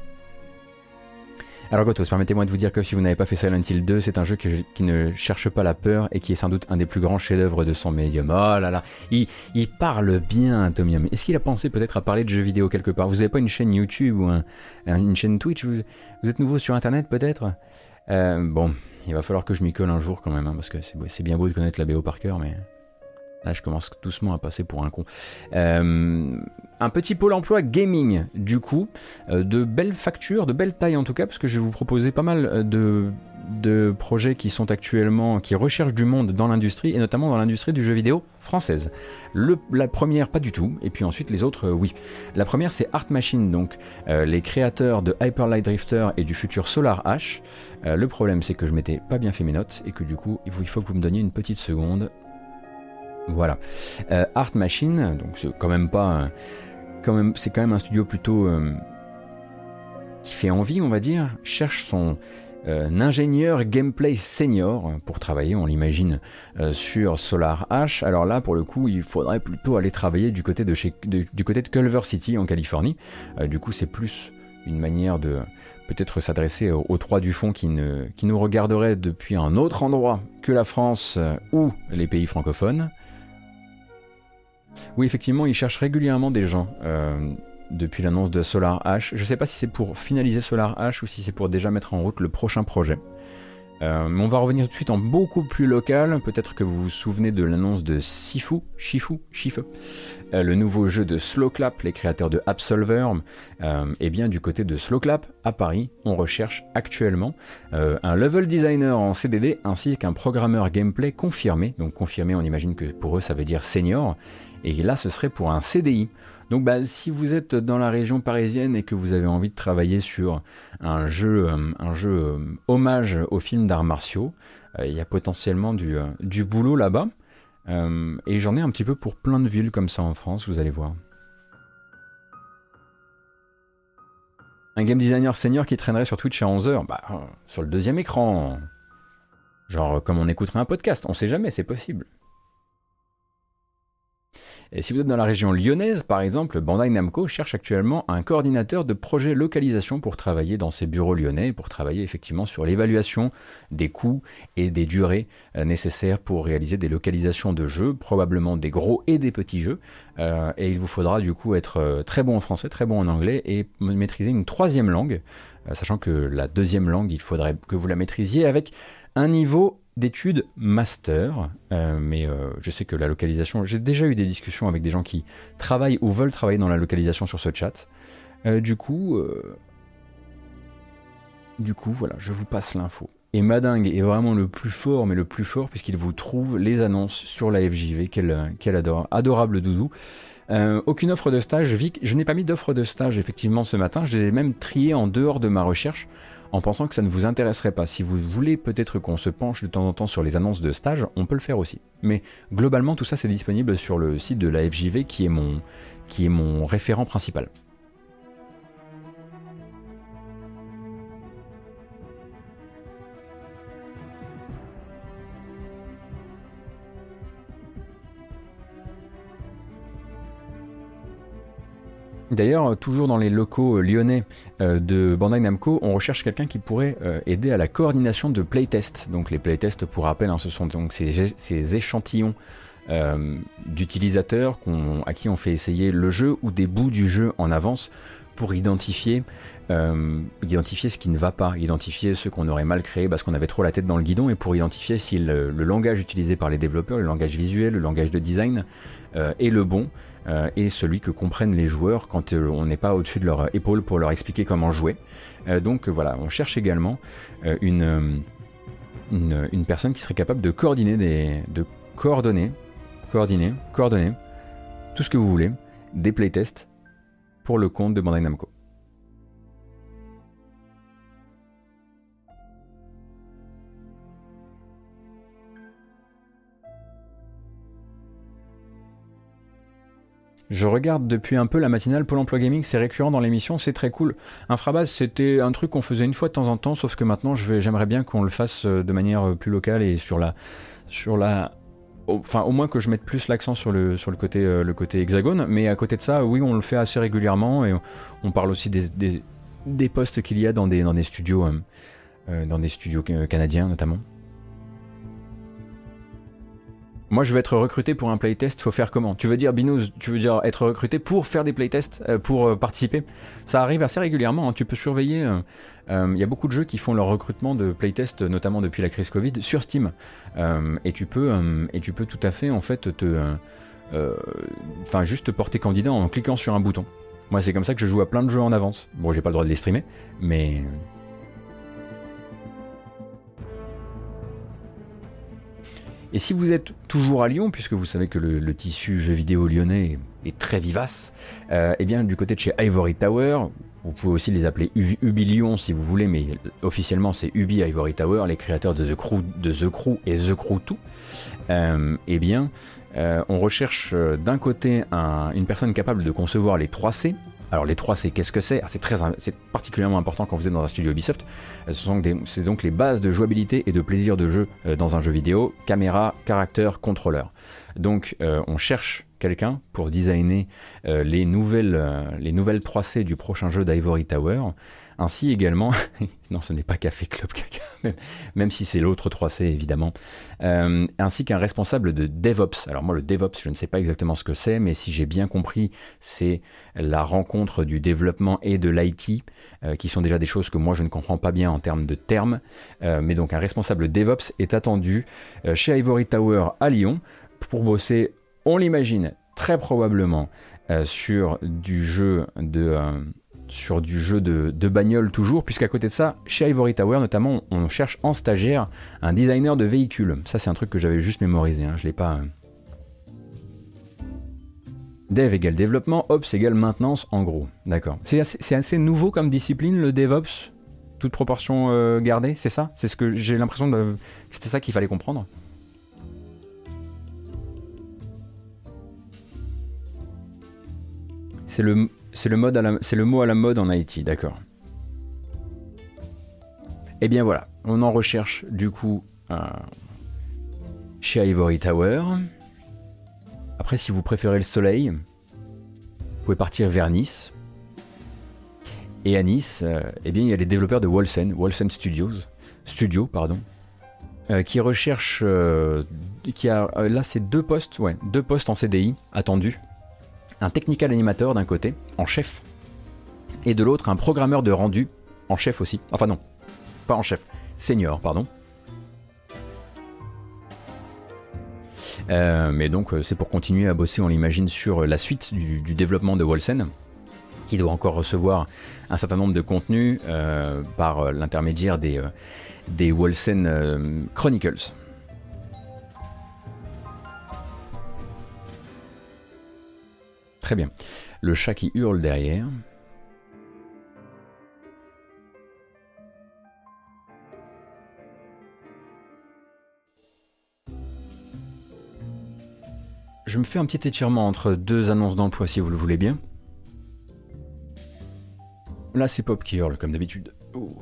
Alors Gotos, permettez-moi de vous dire que si vous n'avez pas fait Silent Hill 2, c'est un jeu qui ne cherche pas la peur et qui est sans doute un des plus grands chefs-d'œuvre de son médium. Oh là là, il parle bien, Tommy. Est-ce qu'il a pensé peut-être à parler de jeux vidéo quelque part? Vous n'avez pas une chaîne YouTube ou une chaîne Twitch? Vous êtes nouveau sur Internet peut-être? Bon, il va falloir que je m'y colle un jour quand même, hein, parce que c'est bien beau de connaître la BO par cœur, mais... Là, je commence doucement à passer pour un con. Un petit pôle emploi gaming, du coup, de belles factures, de belles tailles en tout cas, parce que je vais vous proposer pas mal de projets qui recherchent du monde dans l'industrie, et notamment dans l'industrie du jeu vidéo française. La première, pas du tout, et puis ensuite les autres, oui. La première, c'est Art Machine, donc les créateurs de Hyper Light Drifter et du futur Solar Ash. Le problème, c'est que je m'étais pas bien fait mes notes, et que du coup, il faut que vous me donniez une petite seconde. Voilà, Art Machine, donc c'est quand même pas, c'est quand même un studio plutôt qui fait envie, on va dire, cherche son ingénieur gameplay senior pour travailler, on l'imagine, sur Solar Ash. Alors là, pour le coup, il faudrait plutôt aller travailler du côté de Culver City en Californie. Du coup, c'est plus une manière de peut-être s'adresser aux trois du fond qui nous regarderaient depuis un autre endroit que la France ou les pays francophones. Oui, effectivement, ils cherchent régulièrement des gens depuis l'annonce de Solar Ash. Je ne sais pas si c'est pour finaliser Solar Ash ou si c'est pour déjà mettre en route le prochain projet. Mais on va revenir tout de suite en beaucoup plus local. Peut-être que vous vous souvenez de l'annonce de Shifu, le nouveau jeu de Slowclap, les créateurs de Absolver. Et bien du côté de Slowclap, à Paris, on recherche actuellement un level designer en CDD ainsi qu'un programmeur gameplay confirmé. Donc confirmé, on imagine que pour eux ça veut dire senior. Et là, ce serait pour un CDI. Donc si vous êtes dans la région parisienne et que vous avez envie de travailler sur un jeu hommage aux films d'arts martiaux, il y a potentiellement du boulot là-bas. Et j'en ai un petit peu pour plein de villes comme ça en France, vous allez voir. Un game designer senior qui traînerait sur Twitch à 11h, sur le deuxième écran. Genre comme on écouterait un podcast, on sait jamais, c'est possible. Et si vous êtes dans la région lyonnaise, par exemple, Bandai Namco cherche actuellement un coordinateur de projet localisation pour travailler dans ses bureaux lyonnais, pour travailler effectivement sur l'évaluation des coûts et des durées nécessaires pour réaliser des localisations de jeux, probablement des gros et des petits jeux. Et il vous faudra du coup être très bon en français, très bon en anglais et maîtriser une troisième langue, sachant que la deuxième langue, il faudrait que vous la maîtrisiez avec un niveau d'études master, mais je sais que la localisation, j'ai déjà eu des discussions avec des gens qui travaillent ou veulent travailler dans la localisation sur ce chat. Du coup, voilà, je vous passe l'info. Et Madingue est vraiment le plus fort, mais le plus fort, puisqu'il vous trouve les annonces sur la FJV, qu'elle adore. Adorable doudou. Aucune offre de stage, Vic. Je n'ai pas mis d'offre de stage effectivement ce matin, je les ai même triées en dehors de ma recherche, en pensant que ça ne vous intéresserait pas. Si vous voulez peut-être qu'on se penche de temps en temps sur les annonces de stage, on peut le faire aussi. Mais globalement, tout ça c'est disponible sur le site de la FJV qui est mon référent principal. D'ailleurs, toujours dans les locaux lyonnais de Bandai Namco, on recherche quelqu'un qui pourrait aider à la coordination de playtests. Donc les playtests, pour rappel, hein, ce sont donc ces échantillons d'utilisateurs à qui on fait essayer le jeu ou des bouts du jeu en avance pour identifier ce qui ne va pas, identifier ce qu'on aurait mal créé parce qu'on avait trop la tête dans le guidon, et pour identifier si le langage utilisé par les développeurs, le langage visuel, le langage de design est le bon, et celui que comprennent les joueurs quand on n'est pas au-dessus de leur épaule pour leur expliquer comment jouer. Donc voilà, on cherche également une personne qui serait capable de coordonner tout ce que vous voulez, des playtests pour le compte de Bandai Namco. Je regarde depuis un peu la matinale Pôle emploi gaming, c'est récurrent dans l'émission, c'est très cool. Infrabase, c'était un truc qu'on faisait une fois de temps en temps, sauf que maintenant j'aimerais bien qu'on le fasse de manière plus locale et enfin au moins que je mette plus l'accent sur le côté hexagone, mais à côté de ça, oui, on le fait assez régulièrement, et on parle aussi des postes qu'il y a dans des studios canadiens notamment. Moi, je veux être recruté pour un playtest, faut faire comment? Tu veux dire, Binous, tu veux dire être recruté pour faire des playtests, pour participer? Ça arrive assez régulièrement, hein. Tu peux surveiller, y a beaucoup de jeux qui font leur recrutement de playtest, notamment depuis la crise Covid, sur Steam. Et tu peux tout à fait, en fait, juste te porter candidat en cliquant sur un bouton. Moi, c'est comme ça que je joue à plein de jeux en avance. Bon, j'ai pas le droit de les streamer, mais... Et si vous êtes toujours à Lyon, puisque vous savez que le tissu jeux vidéo lyonnais est très vivace, eh bien du côté de chez Ivory Tower, vous pouvez aussi les appeler Ubi Lyon si vous voulez, mais officiellement c'est Ubi Ivory Tower, les créateurs de The Crew et The Crew 2, eh bien on recherche d'un côté une personne capable de concevoir les 3C. Alors les 3C, qu'est-ce que c'est? C'est particulièrement important quand vous êtes dans un studio Ubisoft. C'est donc les bases de jouabilité et de plaisir de jeu dans un jeu vidéo: caméra, caractère, contrôleur. Donc on cherche quelqu'un pour designer les nouvelles 3C du prochain jeu d'Ivory Tower. Ainsi également, non, ce n'est pas Café Club Caca, même si c'est l'autre 3C évidemment, ainsi qu'un responsable de DevOps. Alors moi, le DevOps, je ne sais pas exactement ce que c'est, mais si j'ai bien compris, c'est la rencontre du développement et de l'IT, qui sont déjà des choses que moi je ne comprends pas bien en termes de termes, mais donc un responsable DevOps est attendu chez Ivory Tower à Lyon pour bosser, on l'imagine, très probablement sur du jeu de bagnole toujours, puisqu'à côté de ça, chez Ivory Tower notamment, on cherche en stagiaire un designer de véhicules. Ça, c'est un truc que j'avais juste mémorisé, hein, je l'ai pas... Dev égale développement, Ops égale maintenance, en gros. D'accord. C'est assez nouveau comme discipline, le DevOps, toute proportion gardée, c'est ça? C'est ce que j'ai l'impression que c'était ça qu'il fallait comprendre. C'est le mot à la mode en IT, d'accord. Et bien voilà, on en recherche du coup chez Ivory Tower. Après, si vous préférez le soleil, vous pouvez partir vers Nice. Et à Nice, eh bien, il y a les développeurs de Wolcen Studio, qui recherchent, là c'est deux postes en CDI attendus. Un technical animateur d'un côté, en chef, et de l'autre un programmeur de rendu, en chef aussi. Enfin non, pas en chef, senior, pardon. Mais donc c'est pour continuer à bosser, on l'imagine, sur la suite du développement de Wolcen, qui doit encore recevoir un certain nombre de contenus par l'intermédiaire des Wolcen Chronicles. Très bien. Le chat qui hurle derrière. je me fais un petit étirement entre deux annonces d'emploi si vous le voulez bien. Là, c'est Pop qui hurle comme d'habitude. Ouh.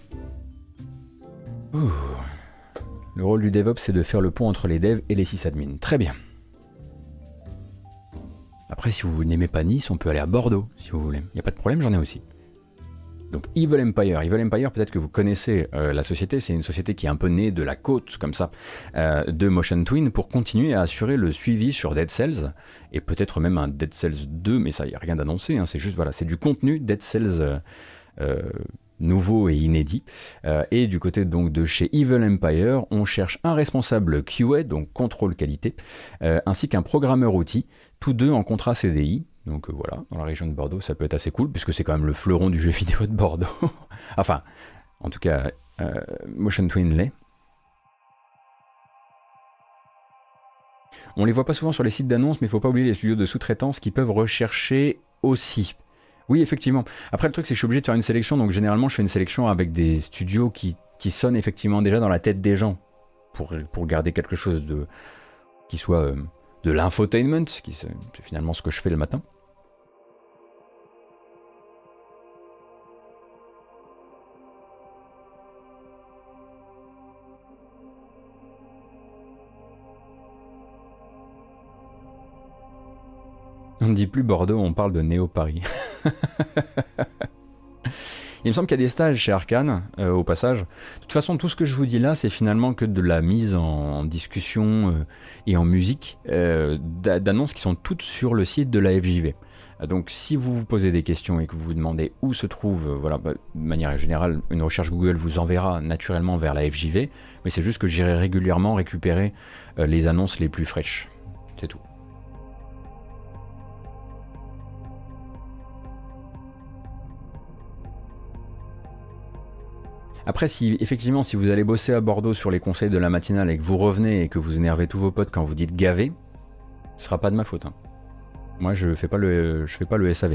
Ouh. Le rôle du DevOps, c'est de faire le pont entre les devs et les sysadmins. Très bien. Après, si vous n'aimez pas Nice, on peut aller à Bordeaux, si vous voulez. Il n'y a pas de problème, j'en ai aussi. Donc Evil Empire. Evil Empire, peut-être que vous connaissez la société. C'est une société qui est un peu née de la côte, comme ça, de Motion Twin pour continuer à assurer le suivi sur Dead Cells. Et peut-être même un Dead Cells 2, mais ça, il n'y a rien d'annoncé. Hein, c'est juste, voilà, c'est du contenu Dead Cells nouveau et inédit. Et du côté donc de chez Evil Empire, on cherche un responsable QA, donc contrôle qualité, ainsi qu'un programmeur outil, tous deux en contrat CDI. Donc voilà, dans la région de Bordeaux, ça peut être assez cool, puisque c'est quand même le fleuron du jeu vidéo de Bordeaux. Enfin, en tout cas, Motion Twin l'est. On les voit pas souvent sur les sites d'annonces, mais il faut pas oublier les studios de sous-traitance qui peuvent rechercher aussi. Oui, effectivement. Après, le truc, c'est que je suis obligé de faire une sélection, donc généralement, je fais une sélection avec des studios qui sonnent effectivement déjà dans la tête des gens, pour garder quelque chose qui soit de l'infotainment, c'est finalement ce que je fais le matin. On ne dit plus Bordeaux, on parle de Néo-Paris. Il me semble qu'il y a des stages chez Arkane, au passage. De toute façon, tout ce que je vous dis là, c'est finalement que de la mise en discussion et en musique d'annonces qui sont toutes sur le site de la FJV. Donc si vous vous posez des questions et que vous vous demandez où se trouve, voilà, de manière générale, une recherche Google vous enverra naturellement vers la FJV, mais c'est juste que j'irai régulièrement récupérer les annonces les plus fraîches. C'est tout. Après, si vous allez bosser à Bordeaux sur les conseils de la matinale et que vous revenez et que vous énervez tous vos potes quand vous dites gavé, ce sera pas de ma faute. Hein. Moi, je fais pas le SAV.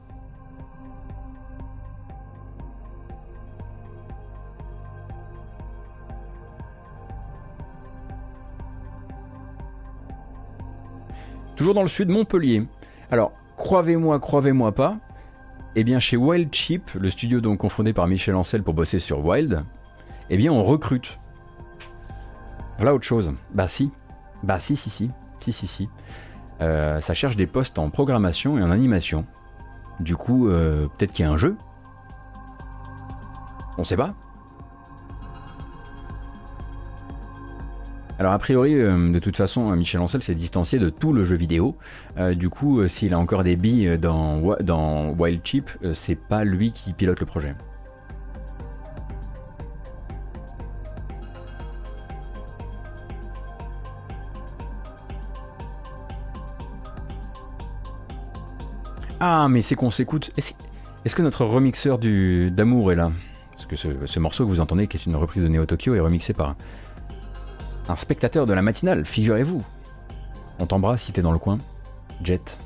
Toujours dans le sud, Montpellier. Alors, croyez-moi pas. Eh bien, chez Wild Chip, le studio donc confondé par Michel Ancel pour bosser sur Wild, eh bien, on recrute. Voilà autre chose. Bah si. Ça cherche des postes en programmation et en animation. Du coup, peut-être qu'il y a un jeu. On sait pas. Alors a priori, de toute façon, Michel Ancel s'est distancié de tout le jeu vidéo. Du coup, s'il a encore des billes dans Wild Chip, c'est pas lui qui pilote le projet. Ah, mais c'est qu'on s'écoute. Est-ce que notre remixeur d'amour est là? Parce que ce morceau que vous entendez, qui est une reprise de Neo Tokyo, est remixé par un spectateur de la matinale, figurez-vous. On t'embrasse si t'es dans le coin. Jet.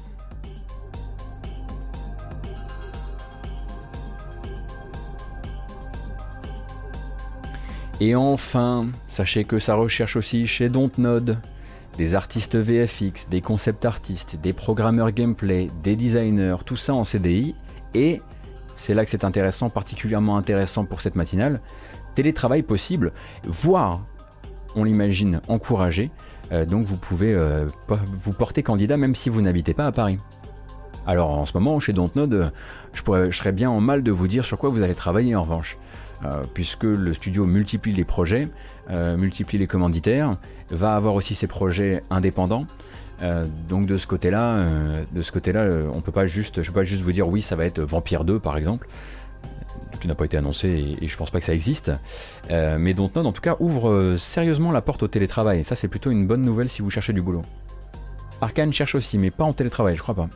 Et enfin, sachez que ça recherche aussi chez Dontnod des artistes VFX, des concept artistes, des programmeurs gameplay, des designers, tout ça en CDI. Et c'est là que c'est intéressant, particulièrement intéressant pour cette matinale, télétravail possible, voire, on l'imagine, encouragé. Donc vous pouvez vous porter candidat même si vous n'habitez pas à Paris. Alors en ce moment, chez Dontnod, je serais bien en mal de vous dire sur quoi vous allez travailler en revanche. Puisque le studio multiplie les projets, multiplie les commanditaires, va avoir aussi ses projets indépendants. Donc de ce côté-là, je peux pas juste vous dire oui, ça va être Vampire 2 par exemple, qui n'a pas été annoncé et je pense pas que ça existe. Mais Dontnod en tout cas ouvre sérieusement la porte au télétravail. Et ça c'est plutôt une bonne nouvelle si vous cherchez du boulot. Arkane cherche aussi, mais pas en télétravail, je crois pas.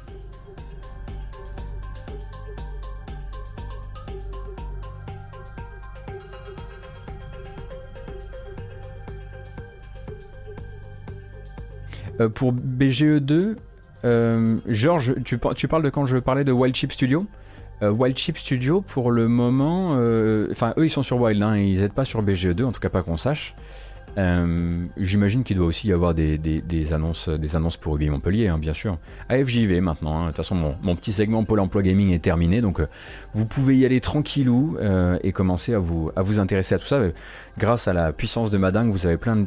Pour BGE2, Georges, tu parles de quand je parlais de Wild Chip Studio. Wild Chip Studio, pour le moment, enfin eux ils sont sur Wild, hein, ils n'aident pas sur BGE2, en tout cas pas qu'on sache. J'imagine qu'il doit aussi y avoir des annonces pour Rugby Montpellier, hein, bien sûr. AFJV maintenant, hein. De toute façon mon petit segment Pôle Emploi Gaming est terminé, donc vous pouvez y aller tranquillou et commencer à vous intéresser à tout ça. Grâce à la puissance de Madingue, vous avez plein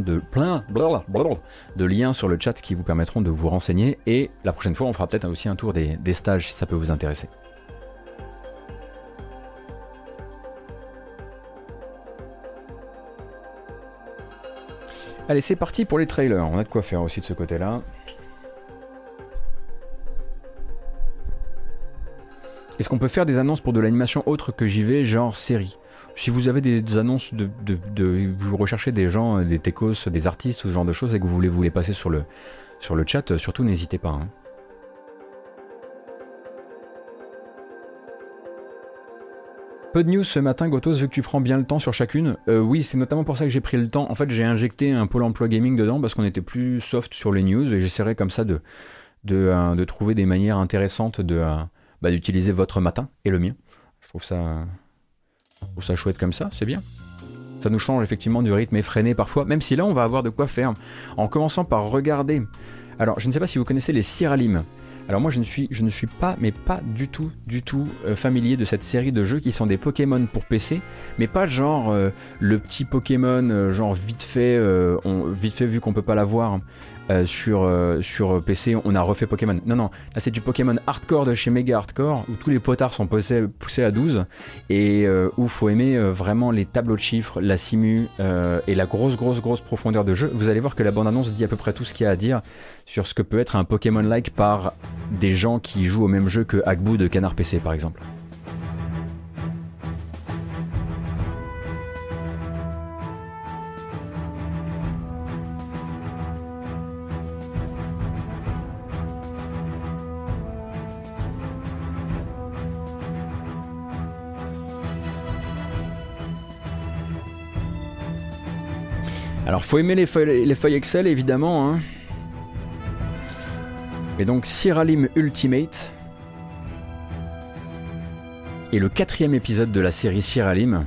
de liens sur le chat qui vous permettront de vous renseigner, et la prochaine fois on fera peut-être aussi un tour des stages si ça peut vous intéresser. Allez, c'est parti pour les trailers, on a de quoi faire aussi de ce côté-là. Est-ce qu'on peut faire des annonces pour de l'animation autre que JV, genre série? Si vous avez des annonces vous recherchez des gens, des techos, des artistes ou ce genre de choses et que vous voulez les passer sur le chat, surtout n'hésitez pas, hein. Peu de news ce matin, Gotos, vu que tu prends bien le temps sur chacune. Oui, c'est notamment pour ça que j'ai pris le temps. En fait, j'ai injecté un Pôle Emploi Gaming dedans parce qu'on était plus soft sur les news et j'essaierai comme ça de trouver des manières intéressantes d'utiliser votre matin et le mien. Je trouve ça chouette comme ça, c'est bien. Ça nous change effectivement du rythme effréné parfois, même si là on va avoir de quoi faire. En commençant par regarder. Alors, je ne sais pas si vous connaissez les Siralim. Alors moi je ne suis pas du tout familier de cette série de jeux qui sont des Pokémon pour PC, mais pas genre le petit Pokémon genre vite fait vu qu'on peut pas l'avoir sur PC, on a refait Pokémon. Non, là c'est du Pokémon hardcore de chez Mega Hardcore où tous les potards sont poussés à 12 et où faut aimer vraiment les tableaux de chiffres, la simu et la grosse profondeur de jeu. Vous allez voir que la bande-annonce dit à peu près tout ce qu'il y a à dire sur ce que peut être un Pokémon-like par des gens qui jouent au même jeu que Agbu de Canard PC par exemple. Alors faut aimer les feuilles Excel évidemment, hein. Et donc Siralim Ultimate est le 4e épisode de la série Siralim.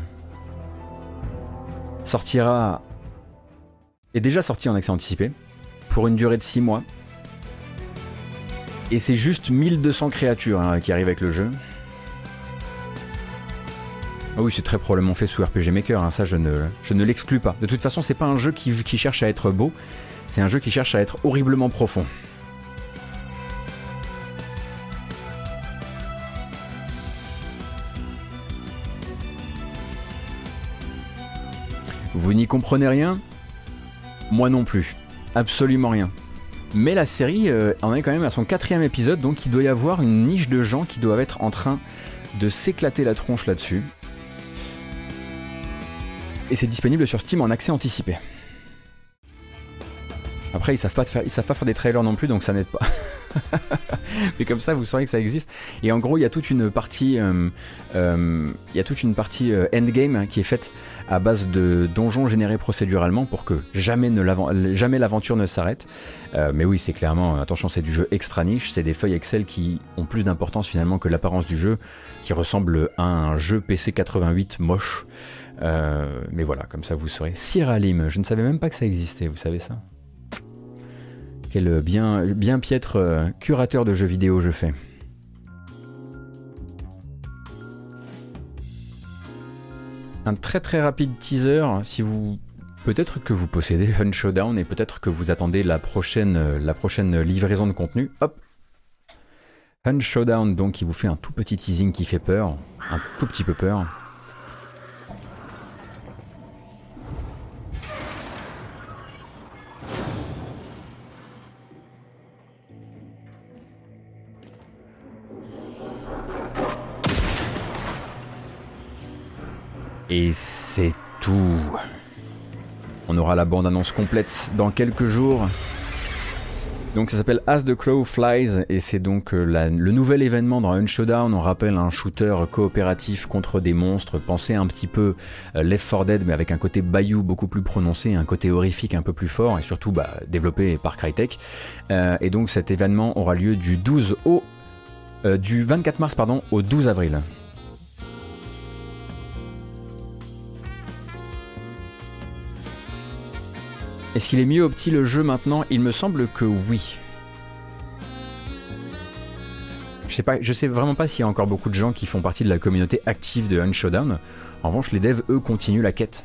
Est déjà sorti en accès anticipé pour une durée de 6 mois. Et c'est juste 1200 créatures qui arrivent avec le jeu. Ah oui, c'est très probablement fait sous RPG Maker, hein, ça je ne l'exclus pas. De toute façon, c'est pas un jeu qui cherche à être beau, c'est un jeu qui cherche à être horriblement profond. Vous n'y comprenez rien? Moi non plus. Absolument rien. Mais la série en est quand même à son 4e épisode, donc il doit y avoir une niche de gens qui doivent être en train de s'éclater la tronche là-dessus. Et c'est disponible sur Steam en accès anticipé. Après, ils savent pas faire des trailers non plus, donc ça n'aide pas. Mais comme ça, vous saurez que ça existe. Et en gros, il y a toute une partie, endgame qui est faite à base de donjons générés procéduralement pour que jamais l'aventure ne s'arrête. Mais oui, c'est clairement, attention, c'est du jeu extra niche, c'est des feuilles Excel qui ont plus d'importance finalement que l'apparence du jeu, qui ressemble à un jeu PC 88 moche. Mais voilà, comme ça vous saurez. Siralim, je ne savais même pas que ça existait, vous savez ça? Quel bien piètre curateur de jeux vidéo je fais. Un très rapide teaser, si vous... Peut-être que vous possédez Hunt Showdown et peut-être que vous attendez la prochaine livraison de contenu. Hop, Hunt Showdown, donc, qui vous fait un tout petit teasing qui fait peur, un tout petit peu peur. Et c'est tout. On aura la bande-annonce complète dans quelques jours. Donc ça s'appelle As the Crow Flies et c'est donc le nouvel événement dans Hunt Showdown. On rappelle un shooter coopératif contre des monstres. Pensez un petit peu Left 4 Dead mais avec un côté bayou beaucoup plus prononcé, un côté horrifique un peu plus fort et surtout développé par Crytek. Et donc cet événement aura lieu du 24 mars au 12 avril. Est-ce qu'il est mieux opti le jeu maintenant? Il me semble que oui. Je sais vraiment pas s'il y a encore beaucoup de gens qui font partie de la communauté active de Hunt Showdown. En revanche, les devs, eux, continuent la quête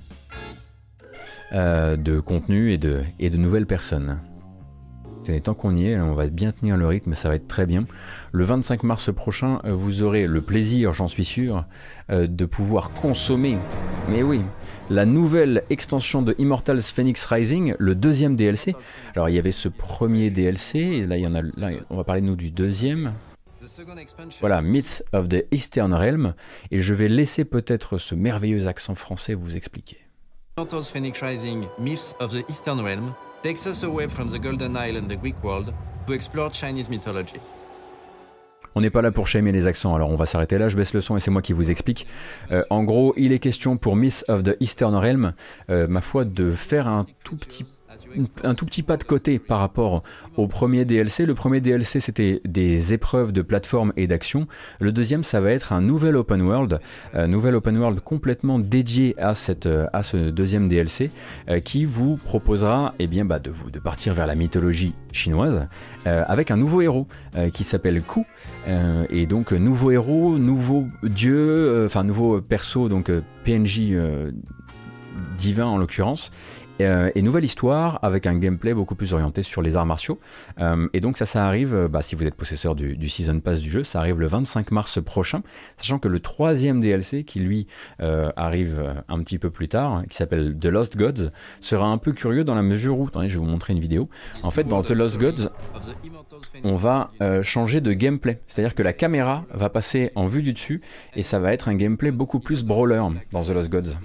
de contenu et de nouvelles personnes. Tenez, tant qu'on y est, on va bien tenir le rythme, ça va être très bien. Le 25 mars prochain, vous aurez le plaisir, j'en suis sûr, de pouvoir consommer, mais oui, la nouvelle extension de Immortals Phoenix Rising, le deuxième DLC. Alors il y avait ce premier DLC, et là, on va parler de nous du deuxième. Voilà, Myths of the Eastern Realm, et je vais laisser peut-être ce merveilleux accent français vous expliquer.
Immortals Phoenix Rising, Myths of the Eastern Realm, takes us away from the Golden Isle and the Greek world to explore Chinese mythology.
On n'est pas là pour shamer les accents, alors on va s'arrêter là, je baisse le son et c'est moi qui vous explique. En gros, il est question pour Myths of the Eastern Realm, ma foi, de faire un tout petit pas de côté par rapport au premier DLC. Le premier DLC, c'était des épreuves de plateforme et d'action. Le deuxième, ça va être un nouvel open world complètement dédié à ce deuxième DLC, qui vous proposera de partir vers la mythologie chinoise avec un nouveau héros qui s'appelle Ku. Et donc nouveau héros, nouveau dieu, nouveau perso, donc PNJ divin en l'occurrence. Et nouvelle histoire avec un gameplay beaucoup plus orienté sur les arts martiaux. Et donc ça arrive, si vous êtes possesseur du Season Pass du jeu, ça arrive le 25 mars prochain, sachant que le troisième DLC qui lui arrive un petit peu plus tard, qui s'appelle The Lost Gods, sera un peu curieux dans la mesure où, attendez, je vais vous montrer une vidéo. En fait, dans The Lost Gods, on va changer de gameplay, c'est-à-dire que la caméra va passer en vue du dessus et ça va être un gameplay beaucoup plus brawler dans The Lost Gods.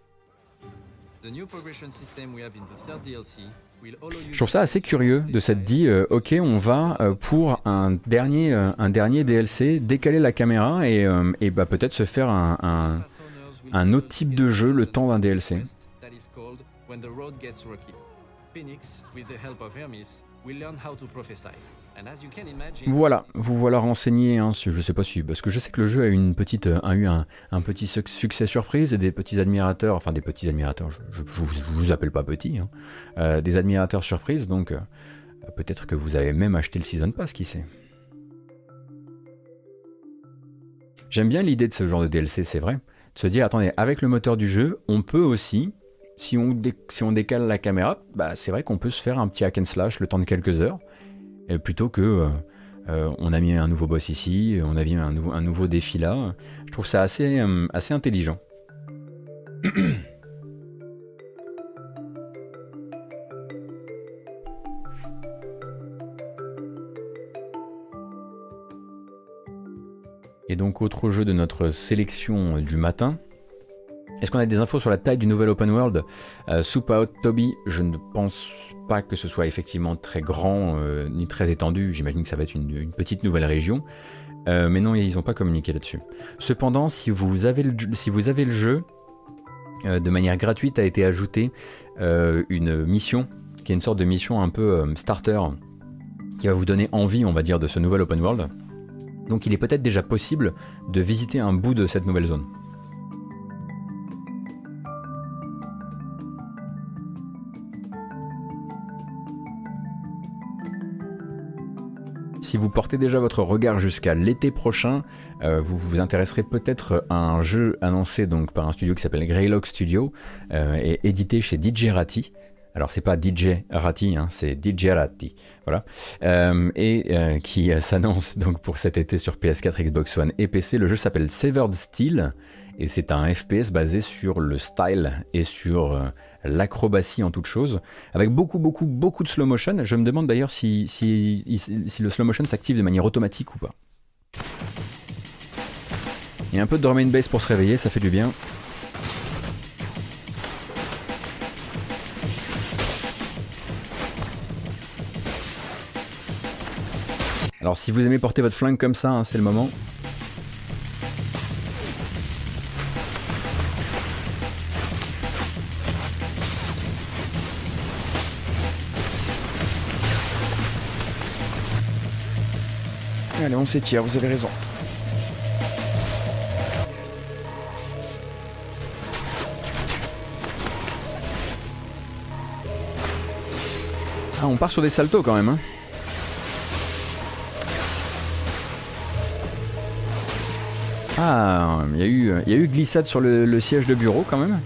Je trouve ça assez curieux de s'être dit ok, on va pour un dernier DLC décaler la caméra et peut-être se faire un autre type de jeu le temps d'un DLC. Voilà, vous voilà renseigné, hein, je sais pas si, parce que je sais que le jeu a eu un petit succès surprise et des petits admirateurs, je vous appelle pas petits, hein, des admirateurs surprises, donc peut-être que vous avez même acheté le Season Pass, qui sait. J'aime bien l'idée de ce genre de DLC, c'est vrai, de se dire, attendez, avec le moteur du jeu, on peut aussi, si on décale la caméra, c'est vrai qu'on peut se faire un petit hack and slash le temps de quelques heures, et plutôt que on a mis un nouveau boss ici, on a mis un nouveau défi là. Je trouve ça assez intelligent. Et donc autre jeu de notre sélection du matin. Est-ce qu'on a des infos sur la taille du nouvel open world? Soup Out Toby, je ne pense pas que ce soit effectivement très grand ni très étendu. J'imagine que ça va être une petite nouvelle région. Mais non, ils n'ont pas communiqué là-dessus. Cependant, si vous avez le jeu, de manière gratuite a été ajoutée une mission, qui est une sorte de mission un peu starter, qui va vous donner envie, on va dire, de ce nouvel open world. Donc il est peut-être déjà possible de visiter un bout de cette nouvelle zone. Si vous portez déjà votre regard jusqu'à l'été prochain, vous vous intéresserez peut-être à un jeu annoncé donc par un studio qui s'appelle Greylock Studio et édité chez DJ Ratti. Alors c'est pas DJ Ratti, hein, c'est DJ Ratti, voilà, qui s'annonce donc pour cet été sur PS4, Xbox One et PC. Le jeu s'appelle Severed Steel et c'est un FPS basé sur le style et sur l'acrobatie en toute chose, avec beaucoup de slow motion. Je me demande d'ailleurs si le slow motion s'active de manière automatique ou pas. Il y a un peu de drum and bass pour se réveiller, ça fait du bien. Alors si vous aimez porter votre flingue comme ça, hein, c'est le moment. Allez, on s'étire, vous avez raison. Ah, on part sur des saltos quand même, hein. Ah, il y a eu glissade sur le siège de bureau quand même.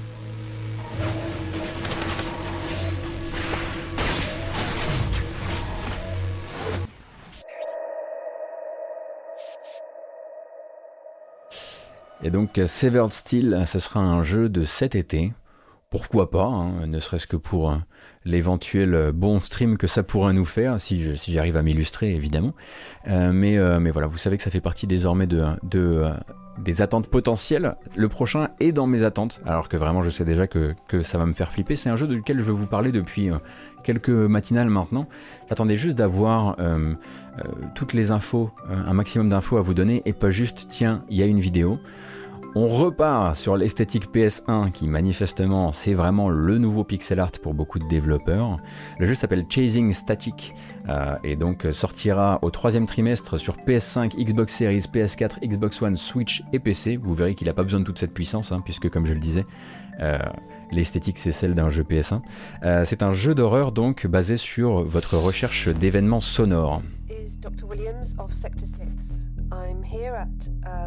Et donc Severed Steel, ce sera un jeu de cet été. Pourquoi pas, hein, ne serait-ce que pour l'éventuel bon stream que ça pourrait nous faire, si j'arrive à m'illustrer évidemment. Mais voilà, vous savez que ça fait partie désormais des attentes potentielles. Le prochain est dans mes attentes, alors que vraiment je sais déjà que ça va me faire flipper. C'est un jeu duquel je veux vous parler depuis quelques matinales maintenant. J'attendais juste d'avoir toutes les infos, un maximum d'infos à vous donner, et pas juste, tiens, il y a une vidéo. On repart sur l'esthétique PS1 qui manifestement c'est vraiment le nouveau pixel art pour beaucoup de développeurs. Le jeu s'appelle Chasing Static et donc sortira au 3e trimestre sur PS5, Xbox Series, PS4, Xbox One, Switch et PC. Vous verrez qu'il n'a pas besoin de toute cette puissance hein, puisque comme je le disais, l'esthétique c'est celle d'un jeu PS1. C'est un jeu d'horreur donc basé sur votre recherche d'événements sonores.
Dr. Williams of Sector 6. I'm here at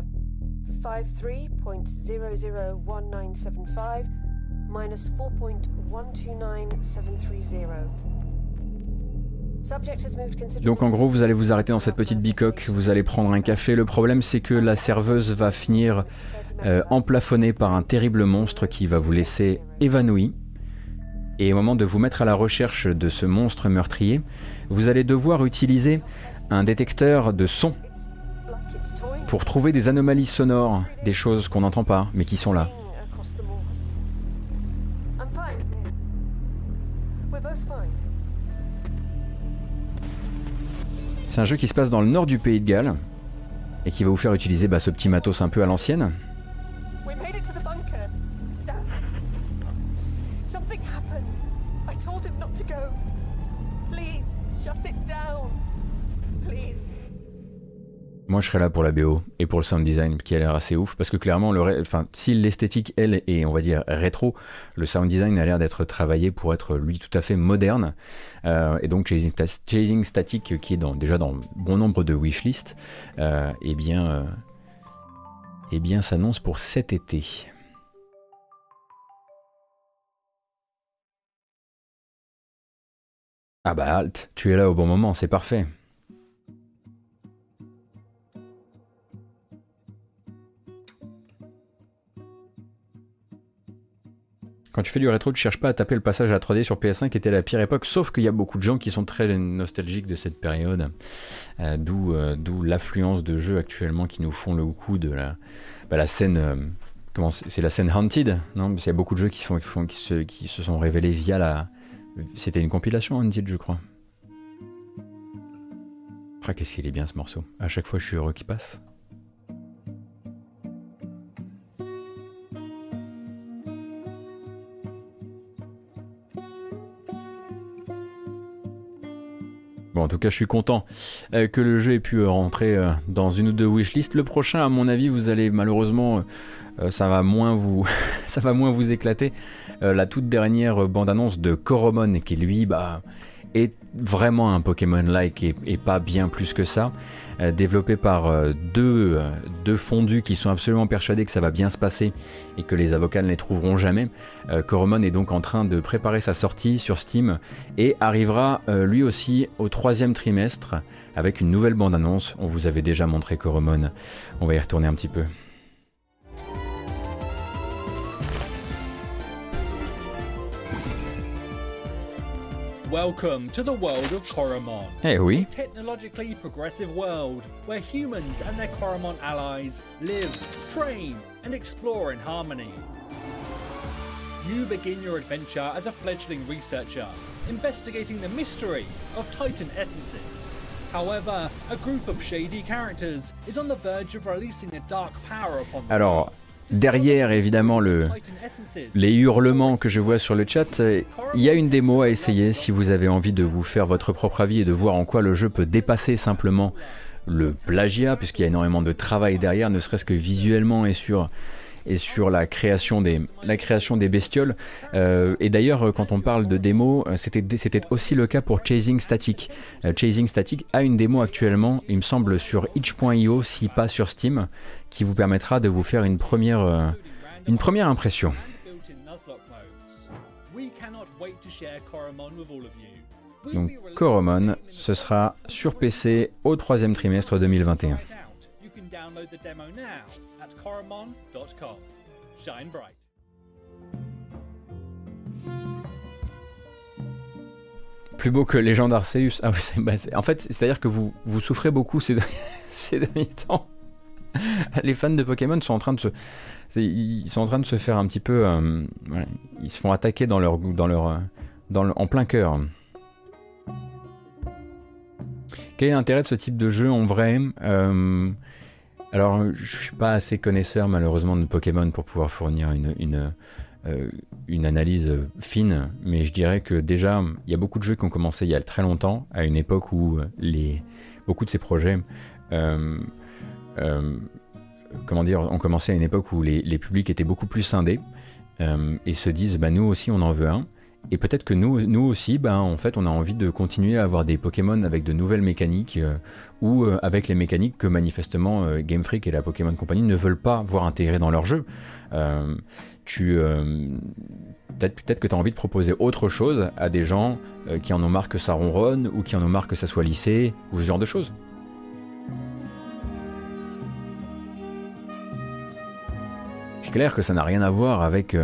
53.001975 minus 4.129730.
Donc en gros vous allez vous arrêter dans cette petite bicoque, vous allez prendre un café. Le problème c'est que la serveuse va finir emplafonnée par un terrible monstre qui va vous laisser évanoui. Et au moment de vous mettre à la recherche de ce monstre meurtrier, vous allez devoir utiliser un détecteur de son pour trouver des anomalies sonores, des choses qu'on n'entend pas mais qui sont là. C'est un jeu qui se passe dans le nord du pays de Galles et qui va vous faire utiliser ce petit matos un peu à l'ancienne. Moi je serais là pour la BO et pour le sound design qui a l'air assez ouf parce que clairement si l'esthétique elle est on va dire rétro, le sound design a l'air d'être travaillé pour être lui tout à fait moderne et donc Chasing Static qui est déjà dans bon nombre de wishlist eh bien s'annonce pour cet été. Ah bah Alt, tu es là au bon moment, c'est parfait. Quand tu fais du rétro, tu cherches pas à taper le passage à la 3D sur PS5 qui était la pire époque, sauf qu'il y a beaucoup de gens qui sont très nostalgiques de cette période, d'où l'affluence de jeux actuellement qui nous font le coup de la scène, c'est la scène Haunted, non? Parce qu'il y a beaucoup de jeux qui se sont révélés via c'était une compilation Haunted je crois. Ah, qu'est-ce qu'il est bien ce morceau, à chaque fois je suis heureux qu'il passe. Bon, en tout cas, je suis content que le jeu ait pu rentrer dans une ou deux wishlists. Le prochain, à mon avis, vous allez malheureusement, ça va moins vous éclater. La toute dernière bande-annonce de Coromon, qui lui, est vraiment un Pokémon-like et pas bien plus que ça. Développé par deux fondus qui sont absolument persuadés que ça va bien se passer et que les avocats ne les trouveront jamais. Coromon est donc en train de préparer sa sortie sur Steam et arrivera lui aussi au 3e trimestre avec une nouvelle bande-annonce. On vous avait déjà montré Coromon, on va y retourner un petit peu.
Welcome to the world of Coromon.
Eh oui.
A technologically progressive world where humans and their Coromon allies live, train, and explore in harmony. You begin your adventure as a fledgling researcher, investigating the mystery of Titan essences. However, a group of shady characters is on the verge of releasing a dark power upon them.
Alors, derrière évidemment les hurlements que je vois sur le chat, il y a une démo à essayer si vous avez envie de vous faire votre propre avis et de voir en quoi le jeu peut dépasser simplement le plagiat, puisqu'il y a énormément de travail derrière, ne serait-ce que visuellement et sur et sur la création des bestioles. Et d'ailleurs, quand on parle de démo, c'était aussi le cas pour Chasing Static. Chasing Static a une démo actuellement, il me semble, sur itch.io, si pas sur Steam, qui vous permettra de vous faire une première impression. Donc Coromon, ce sera sur PC au 3e trimestre 2021. Plus beau que Legend Arceus. Ah oui, en fait, c'est-à-dire que vous souffrez beaucoup ces derniers temps. Les fans de Pokémon sont en train de se faire un petit peu, voilà, ils se font attaquer en plein cœur. Quel est l'intérêt de ce type de jeu en vrai? Alors, je suis pas assez connaisseur malheureusement de Pokémon pour pouvoir fournir une analyse fine, mais je dirais que déjà, il y a beaucoup de jeux qui ont commencé il y a très longtemps, à une époque où beaucoup de ces projets ont commencé à une époque où les publics étaient beaucoup plus scindés et se disent nous aussi on en veut un. Et peut-être que nous aussi, en fait, on a envie de continuer à avoir des Pokémon avec de nouvelles mécaniques ou avec les mécaniques que manifestement Game Freak et la Pokémon Company ne veulent pas voir intégrées dans leur jeu. Peut-être que tu as envie de proposer autre chose à des gens qui en ont marre que ça ronronne ou qui en ont marre que ça soit lissé ou ce genre de choses. C'est clair que ça n'a rien à voir avec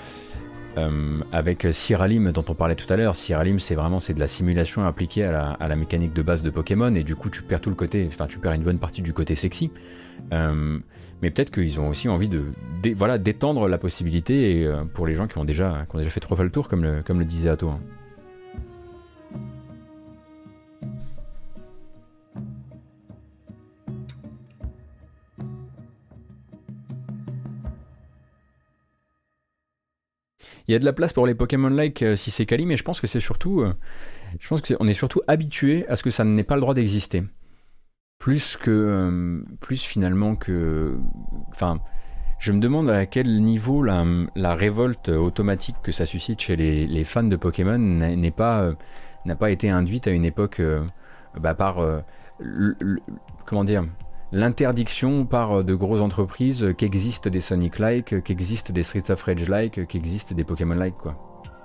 Cyralim dont on parlait tout à l'heure. Cyralim, c'est de la simulation appliquée à la mécanique de base de Pokémon, et du coup tu perds tout le côté, tu perds une bonne partie du côté sexy. Mais peut-être qu'ils ont aussi envie d'étendre la possibilité pour les gens qui ont déjà fait 3 fois le tour, comme le disait Atto. Il y a de la place pour les Pokémon-like si c'est quali, mais je pense que c'est surtout, on est surtout habitué à ce que ça n'ait pas le droit d'exister. Plus finalement que, je me demande à quel niveau la révolte automatique que ça suscite chez les fans de Pokémon n'a pas été induite à une époque par l'interdiction par de grosses entreprises qu'existent des Sonic-like, qu'existent des Streets of Rage-like, qu'existent des Pokémon-like, quoi.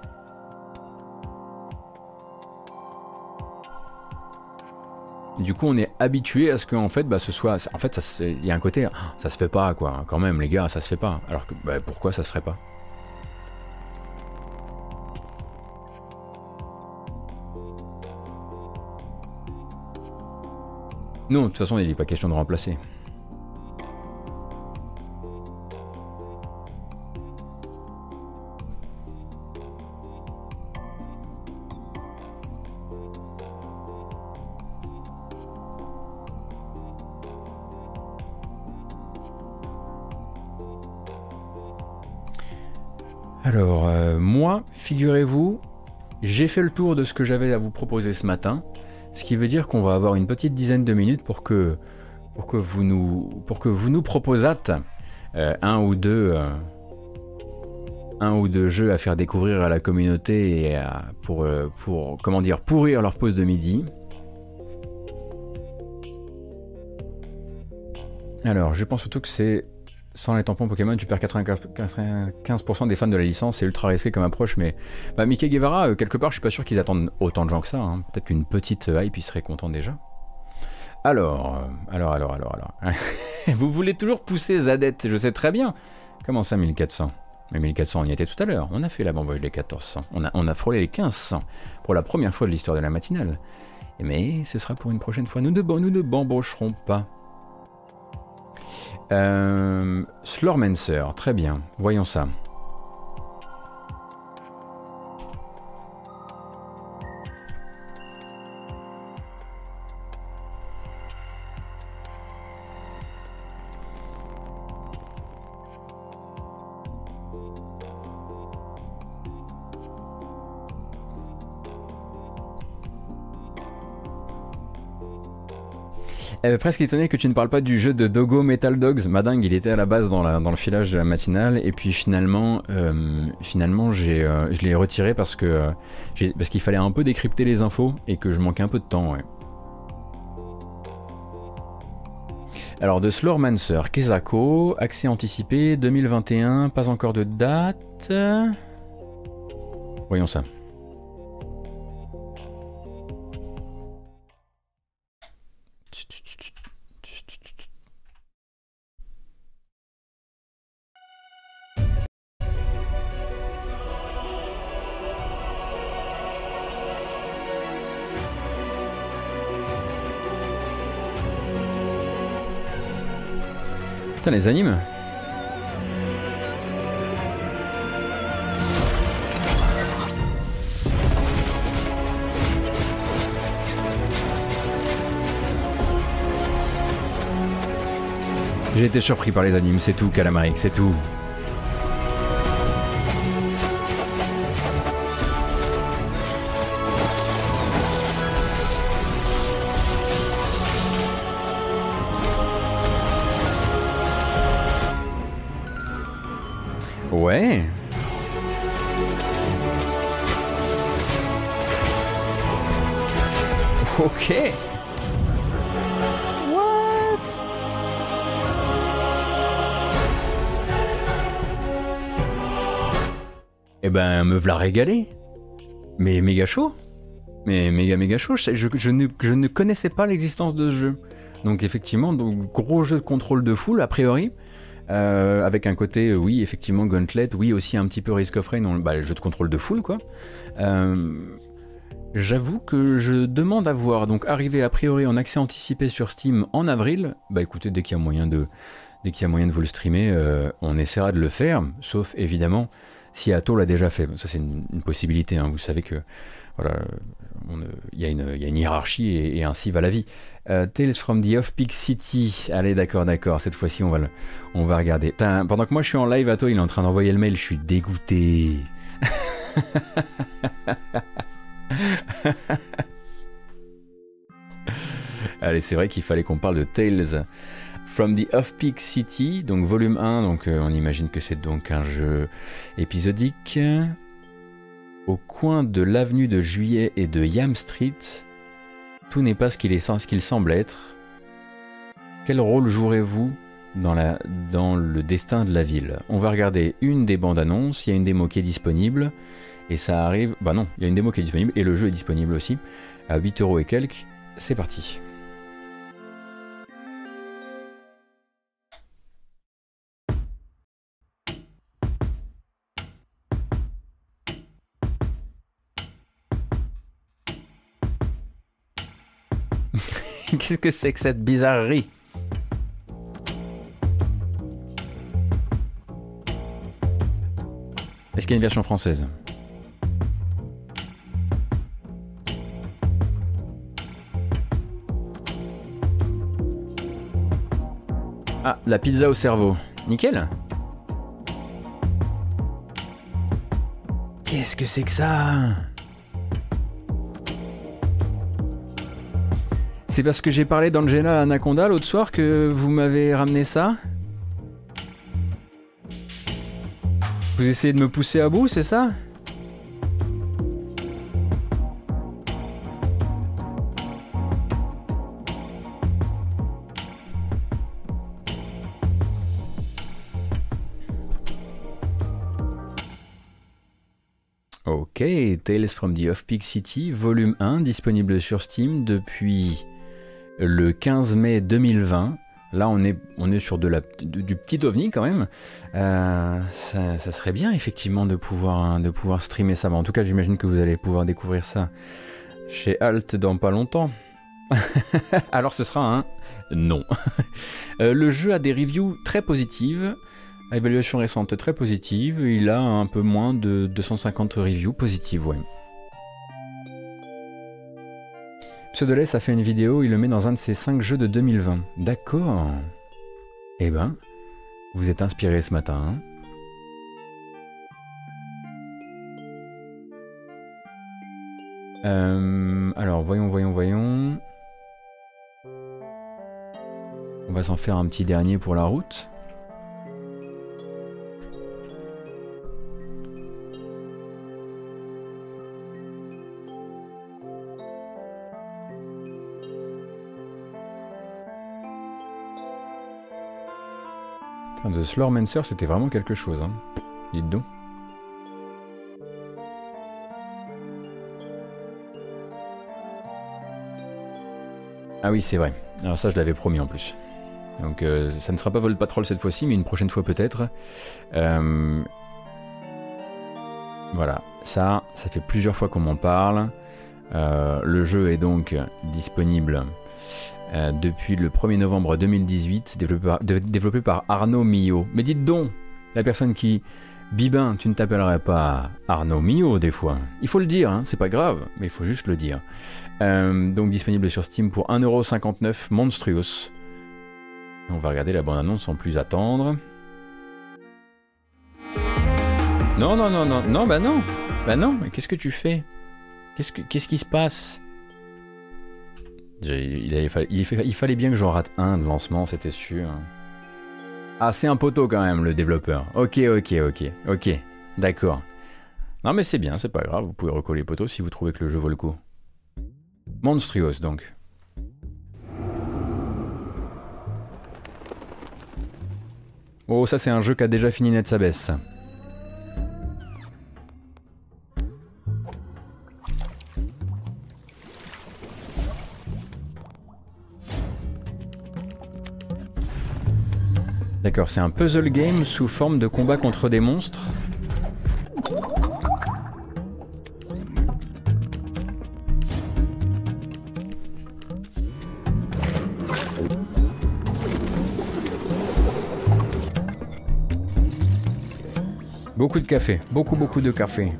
Du coup, on est habitué à ce qu'en fait, ce soit... En fait, il y a un côté, ça se fait pas, quoi. Quand même, les gars, ça se fait pas. Alors que, pourquoi ça se ferait pas ? Non, de toute façon, il n'est pas question de remplacer. Alors, moi, figurez-vous, j'ai fait le tour de ce que j'avais à vous proposer ce matin. Ce qui veut dire qu'on va avoir une petite dizaine de minutes pour que vous nous proposâtes un ou deux jeux à faire découvrir à la communauté et pour pourrir leur pause de midi. Alors, je pense surtout que c'est sans les tampons Pokémon, tu perds 95% des fans de la licence, c'est ultra risqué comme approche, mais Mickey Guevara, quelque part, je suis pas sûr qu'ils attendent autant de gens que ça, hein. Peut-être qu'une petite hype, ils seraient contents déjà. Alors. Vous voulez toujours pousser Zadette, je sais très bien. Comment ça, 1400 ? Mais 1400, on y était tout à l'heure, on a fait la bamboche des 1400, on a frôlé les 1500, pour la première fois de l'histoire de la matinale. Mais ce sera pour une prochaine fois, nous ne bambocherons pas. Slormancer, très bien, voyons ça. Presque étonné que tu ne parles pas du jeu de Dogo Metal Dogs. Madingue, il était à la base dans le filage de la matinale et puis finalement je l'ai retiré parce qu'il fallait un peu décrypter les infos et que je manquais un peu de temps, ouais. Alors de Slormancer, Kezako, accès anticipé 2021, pas encore de date. Voyons ça. Putain, les animes. J'ai été surpris par les animes, c'est tout, Calamari, c'est tout. Ouais. Ok. What? Eh ben, me v'là régalé. Mais méga chaud. Mais méga chaud. Je ne connaissais pas l'existence de ce jeu. Donc effectivement, gros jeu de contrôle de foule, a priori. Avec un côté, oui, effectivement, Gauntlet, oui, aussi un petit peu Risk of Rain, le jeu de contrôle de foule, quoi. J'avoue que je demande à voir, donc arriver a priori en accès anticipé sur Steam en avril. Bah écoutez, dès qu'il y a moyen de vous le streamer, on essaiera de le faire, sauf évidemment si Atto l'a déjà fait. Ça c'est une possibilité, hein. Vous savez que voilà, il y a une hiérarchie et ainsi va la vie. Tales from the Off-Peak City. Allez, d'accord. Cette fois-ci, on va regarder. Pendant que moi je suis en live, Atto, il est en train d'envoyer le mail. Je suis dégoûté. Allez, c'est vrai qu'il fallait qu'on parle de Tales from the Off-Peak City, donc volume 1. Donc on imagine que c'est donc un jeu épisodique. Au coin de l'avenue de Juillet et de Yam Street, tout n'est pas ce qu'il semble être. Quel rôle jouerez-vous dans le destin de la ville? On va regarder une des bandes annonces, il y a une démo qui est disponible, et ça arrive... Bah non, il y a une démo qui est disponible, et le jeu est disponible aussi, à 8 € et quelques. C'est parti. Qu'est-ce que c'est que cette bizarrerie? Est-ce qu'il y a une version française? Ah, la pizza au cerveau. Nickel. Qu'est-ce que c'est que ça? C'est parce que j'ai parlé d'Angela Anaconda l'autre soir que vous m'avez ramené ça? Vous essayez de me pousser à bout, c'est ça? Ok, Tales from the Off-Peak City, volume 1, disponible sur Steam depuis le 15 mai 2020. Là, on est sur du petit ovni quand même. Ça serait bien effectivement de pouvoir streamer ça. En tout cas, j'imagine que vous allez pouvoir découvrir ça chez Alt dans pas longtemps. Alors, ce sera un non. Le jeu a des reviews très positives. Évaluation récente très positive. Il a un peu moins de 250 reviews positives, ouais. Pseudoless a fait une vidéo, il le met dans un de ses 5 jeux de 2020. D'accord. Eh ben, vous êtes inspiré ce matin, hein. Alors, voyons. On va s'en faire un petit dernier pour la route. The Slormancer, c'était vraiment quelque chose, hein. Dites donc. Ah oui, c'est vrai. Alors ça, je l'avais promis en plus. Donc ça ne sera pas Vol Patrol cette fois-ci, mais une prochaine fois peut-être. Voilà, ça fait plusieurs fois qu'on m'en parle. Le jeu est donc disponible depuis le 1er novembre 2018, développé par Arnaud Millot. Mais dites donc, la personne qui... Bibin, tu ne t'appellerais pas Arnaud Millot des fois. Il faut le dire, hein, c'est pas grave, mais il faut juste le dire. Donc disponible sur Steam pour 1,59€, Monstrous. On va regarder la bande-annonce sans plus attendre. Non, bah non. Bah non, mais qu'est-ce que tu fais? Qu'est-ce qui se passe? Il fallait bien que j'en rate un de lancement, c'était sûr. Ah, c'est un poteau quand même, le développeur. Ok, d'accord. Non mais c'est bien, c'est pas grave, vous pouvez recoller poteau si vous trouvez que le jeu vaut le coup. Monstrous donc. Oh, ça c'est un jeu qui a déjà fini net sa baisse. D'accord, c'est un puzzle game sous forme de combat contre des monstres. Beaucoup de café, beaucoup de café.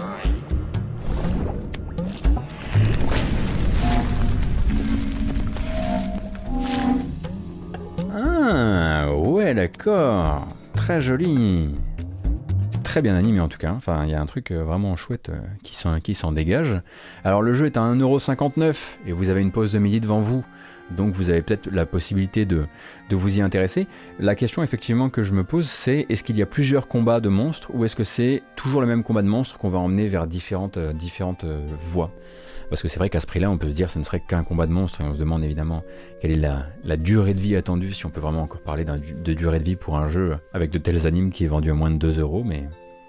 Ah, ouais, d'accord. Très joli. Très bien animé en tout cas. Enfin, il y a un truc vraiment chouette qui s'en dégage. Alors, le jeu est à 1,59€ et vous avez une pause de midi devant vous. Donc vous avez peut-être la possibilité de vous y intéresser. La question effectivement que je me pose, c'est est-ce qu'il y a plusieurs combats de monstres ou est-ce que c'est toujours le même combat de monstres qu'on va emmener vers différentes voies? Parce que c'est vrai qu'à ce prix-là, on peut se dire que ce ne serait qu'un combat de monstres et on se demande évidemment quelle est la durée de vie attendue, si on peut vraiment encore parler de durée de vie pour un jeu avec de tels animes qui est vendu à moins de 2€, mais...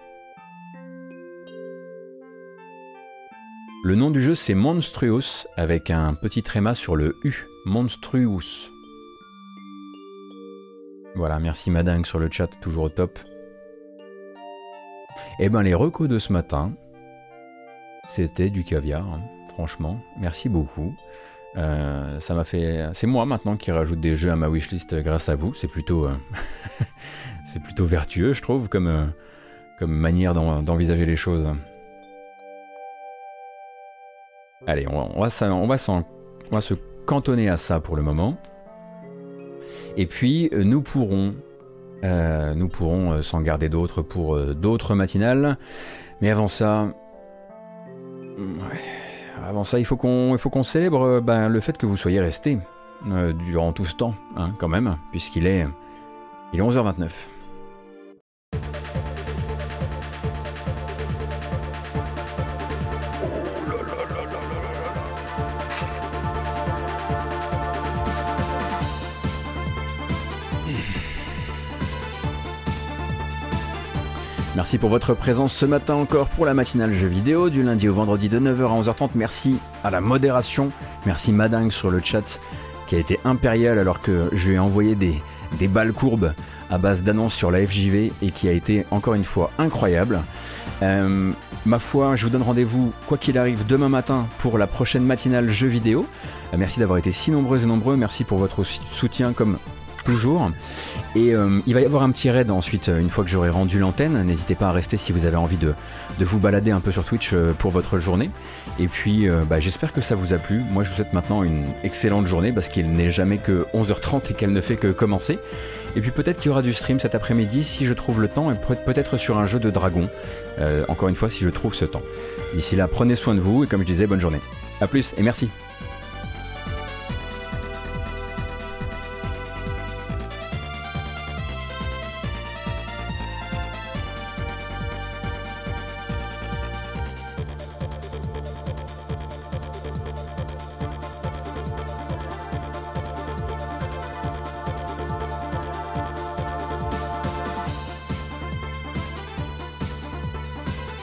Le nom du jeu c'est Monstrous avec un petit tréma sur le U. Monstrous. Voilà, merci Madingue sur le chat, toujours au top. Et ben les recos de ce matin, c'était du caviar, hein, franchement, merci beaucoup. Ça m'a fait... C'est moi maintenant qui rajoute des jeux à ma wishlist grâce à vous, c'est plutôt, c'est plutôt vertueux je trouve comme manière d'envisager les choses. Allez, on va se cantonner à ça pour le moment. Et puis, nous pourrons s'en garder d'autres pour d'autres matinales. Mais avant ça... il faut qu'on célèbre le fait que vous soyez restés durant tout ce temps, hein, quand même, puisqu'il est 11h29. Merci pour votre présence ce matin encore pour la matinale jeux vidéo, du lundi au vendredi de 9h à 11h30. Merci à la modération, merci Madingue sur le chat qui a été impérial alors que je lui ai envoyé des balles courbes à base d'annonces sur la FJV et qui a été encore une fois incroyable. Ma foi, je vous donne rendez-vous quoi qu'il arrive demain matin pour la prochaine matinale jeux vidéo. Merci d'avoir été si nombreux et nombreux, merci pour votre soutien comme toujours. Et il va y avoir un petit raid ensuite une fois que j'aurai rendu l'antenne. N'hésitez pas à rester si vous avez envie de vous balader un peu sur Twitch pour votre journée. Et puis j'espère que ça vous a plu. Moi je vous souhaite maintenant une excellente journée parce qu'il n'est jamais que 11h30 et qu'elle ne fait que commencer. Et puis peut-être qu'il y aura du stream cet après-midi si je trouve le temps et peut-être sur un jeu de dragon. Encore une fois si je trouve ce temps. D'ici là, prenez soin de vous et comme je disais, bonne journée. A plus et merci.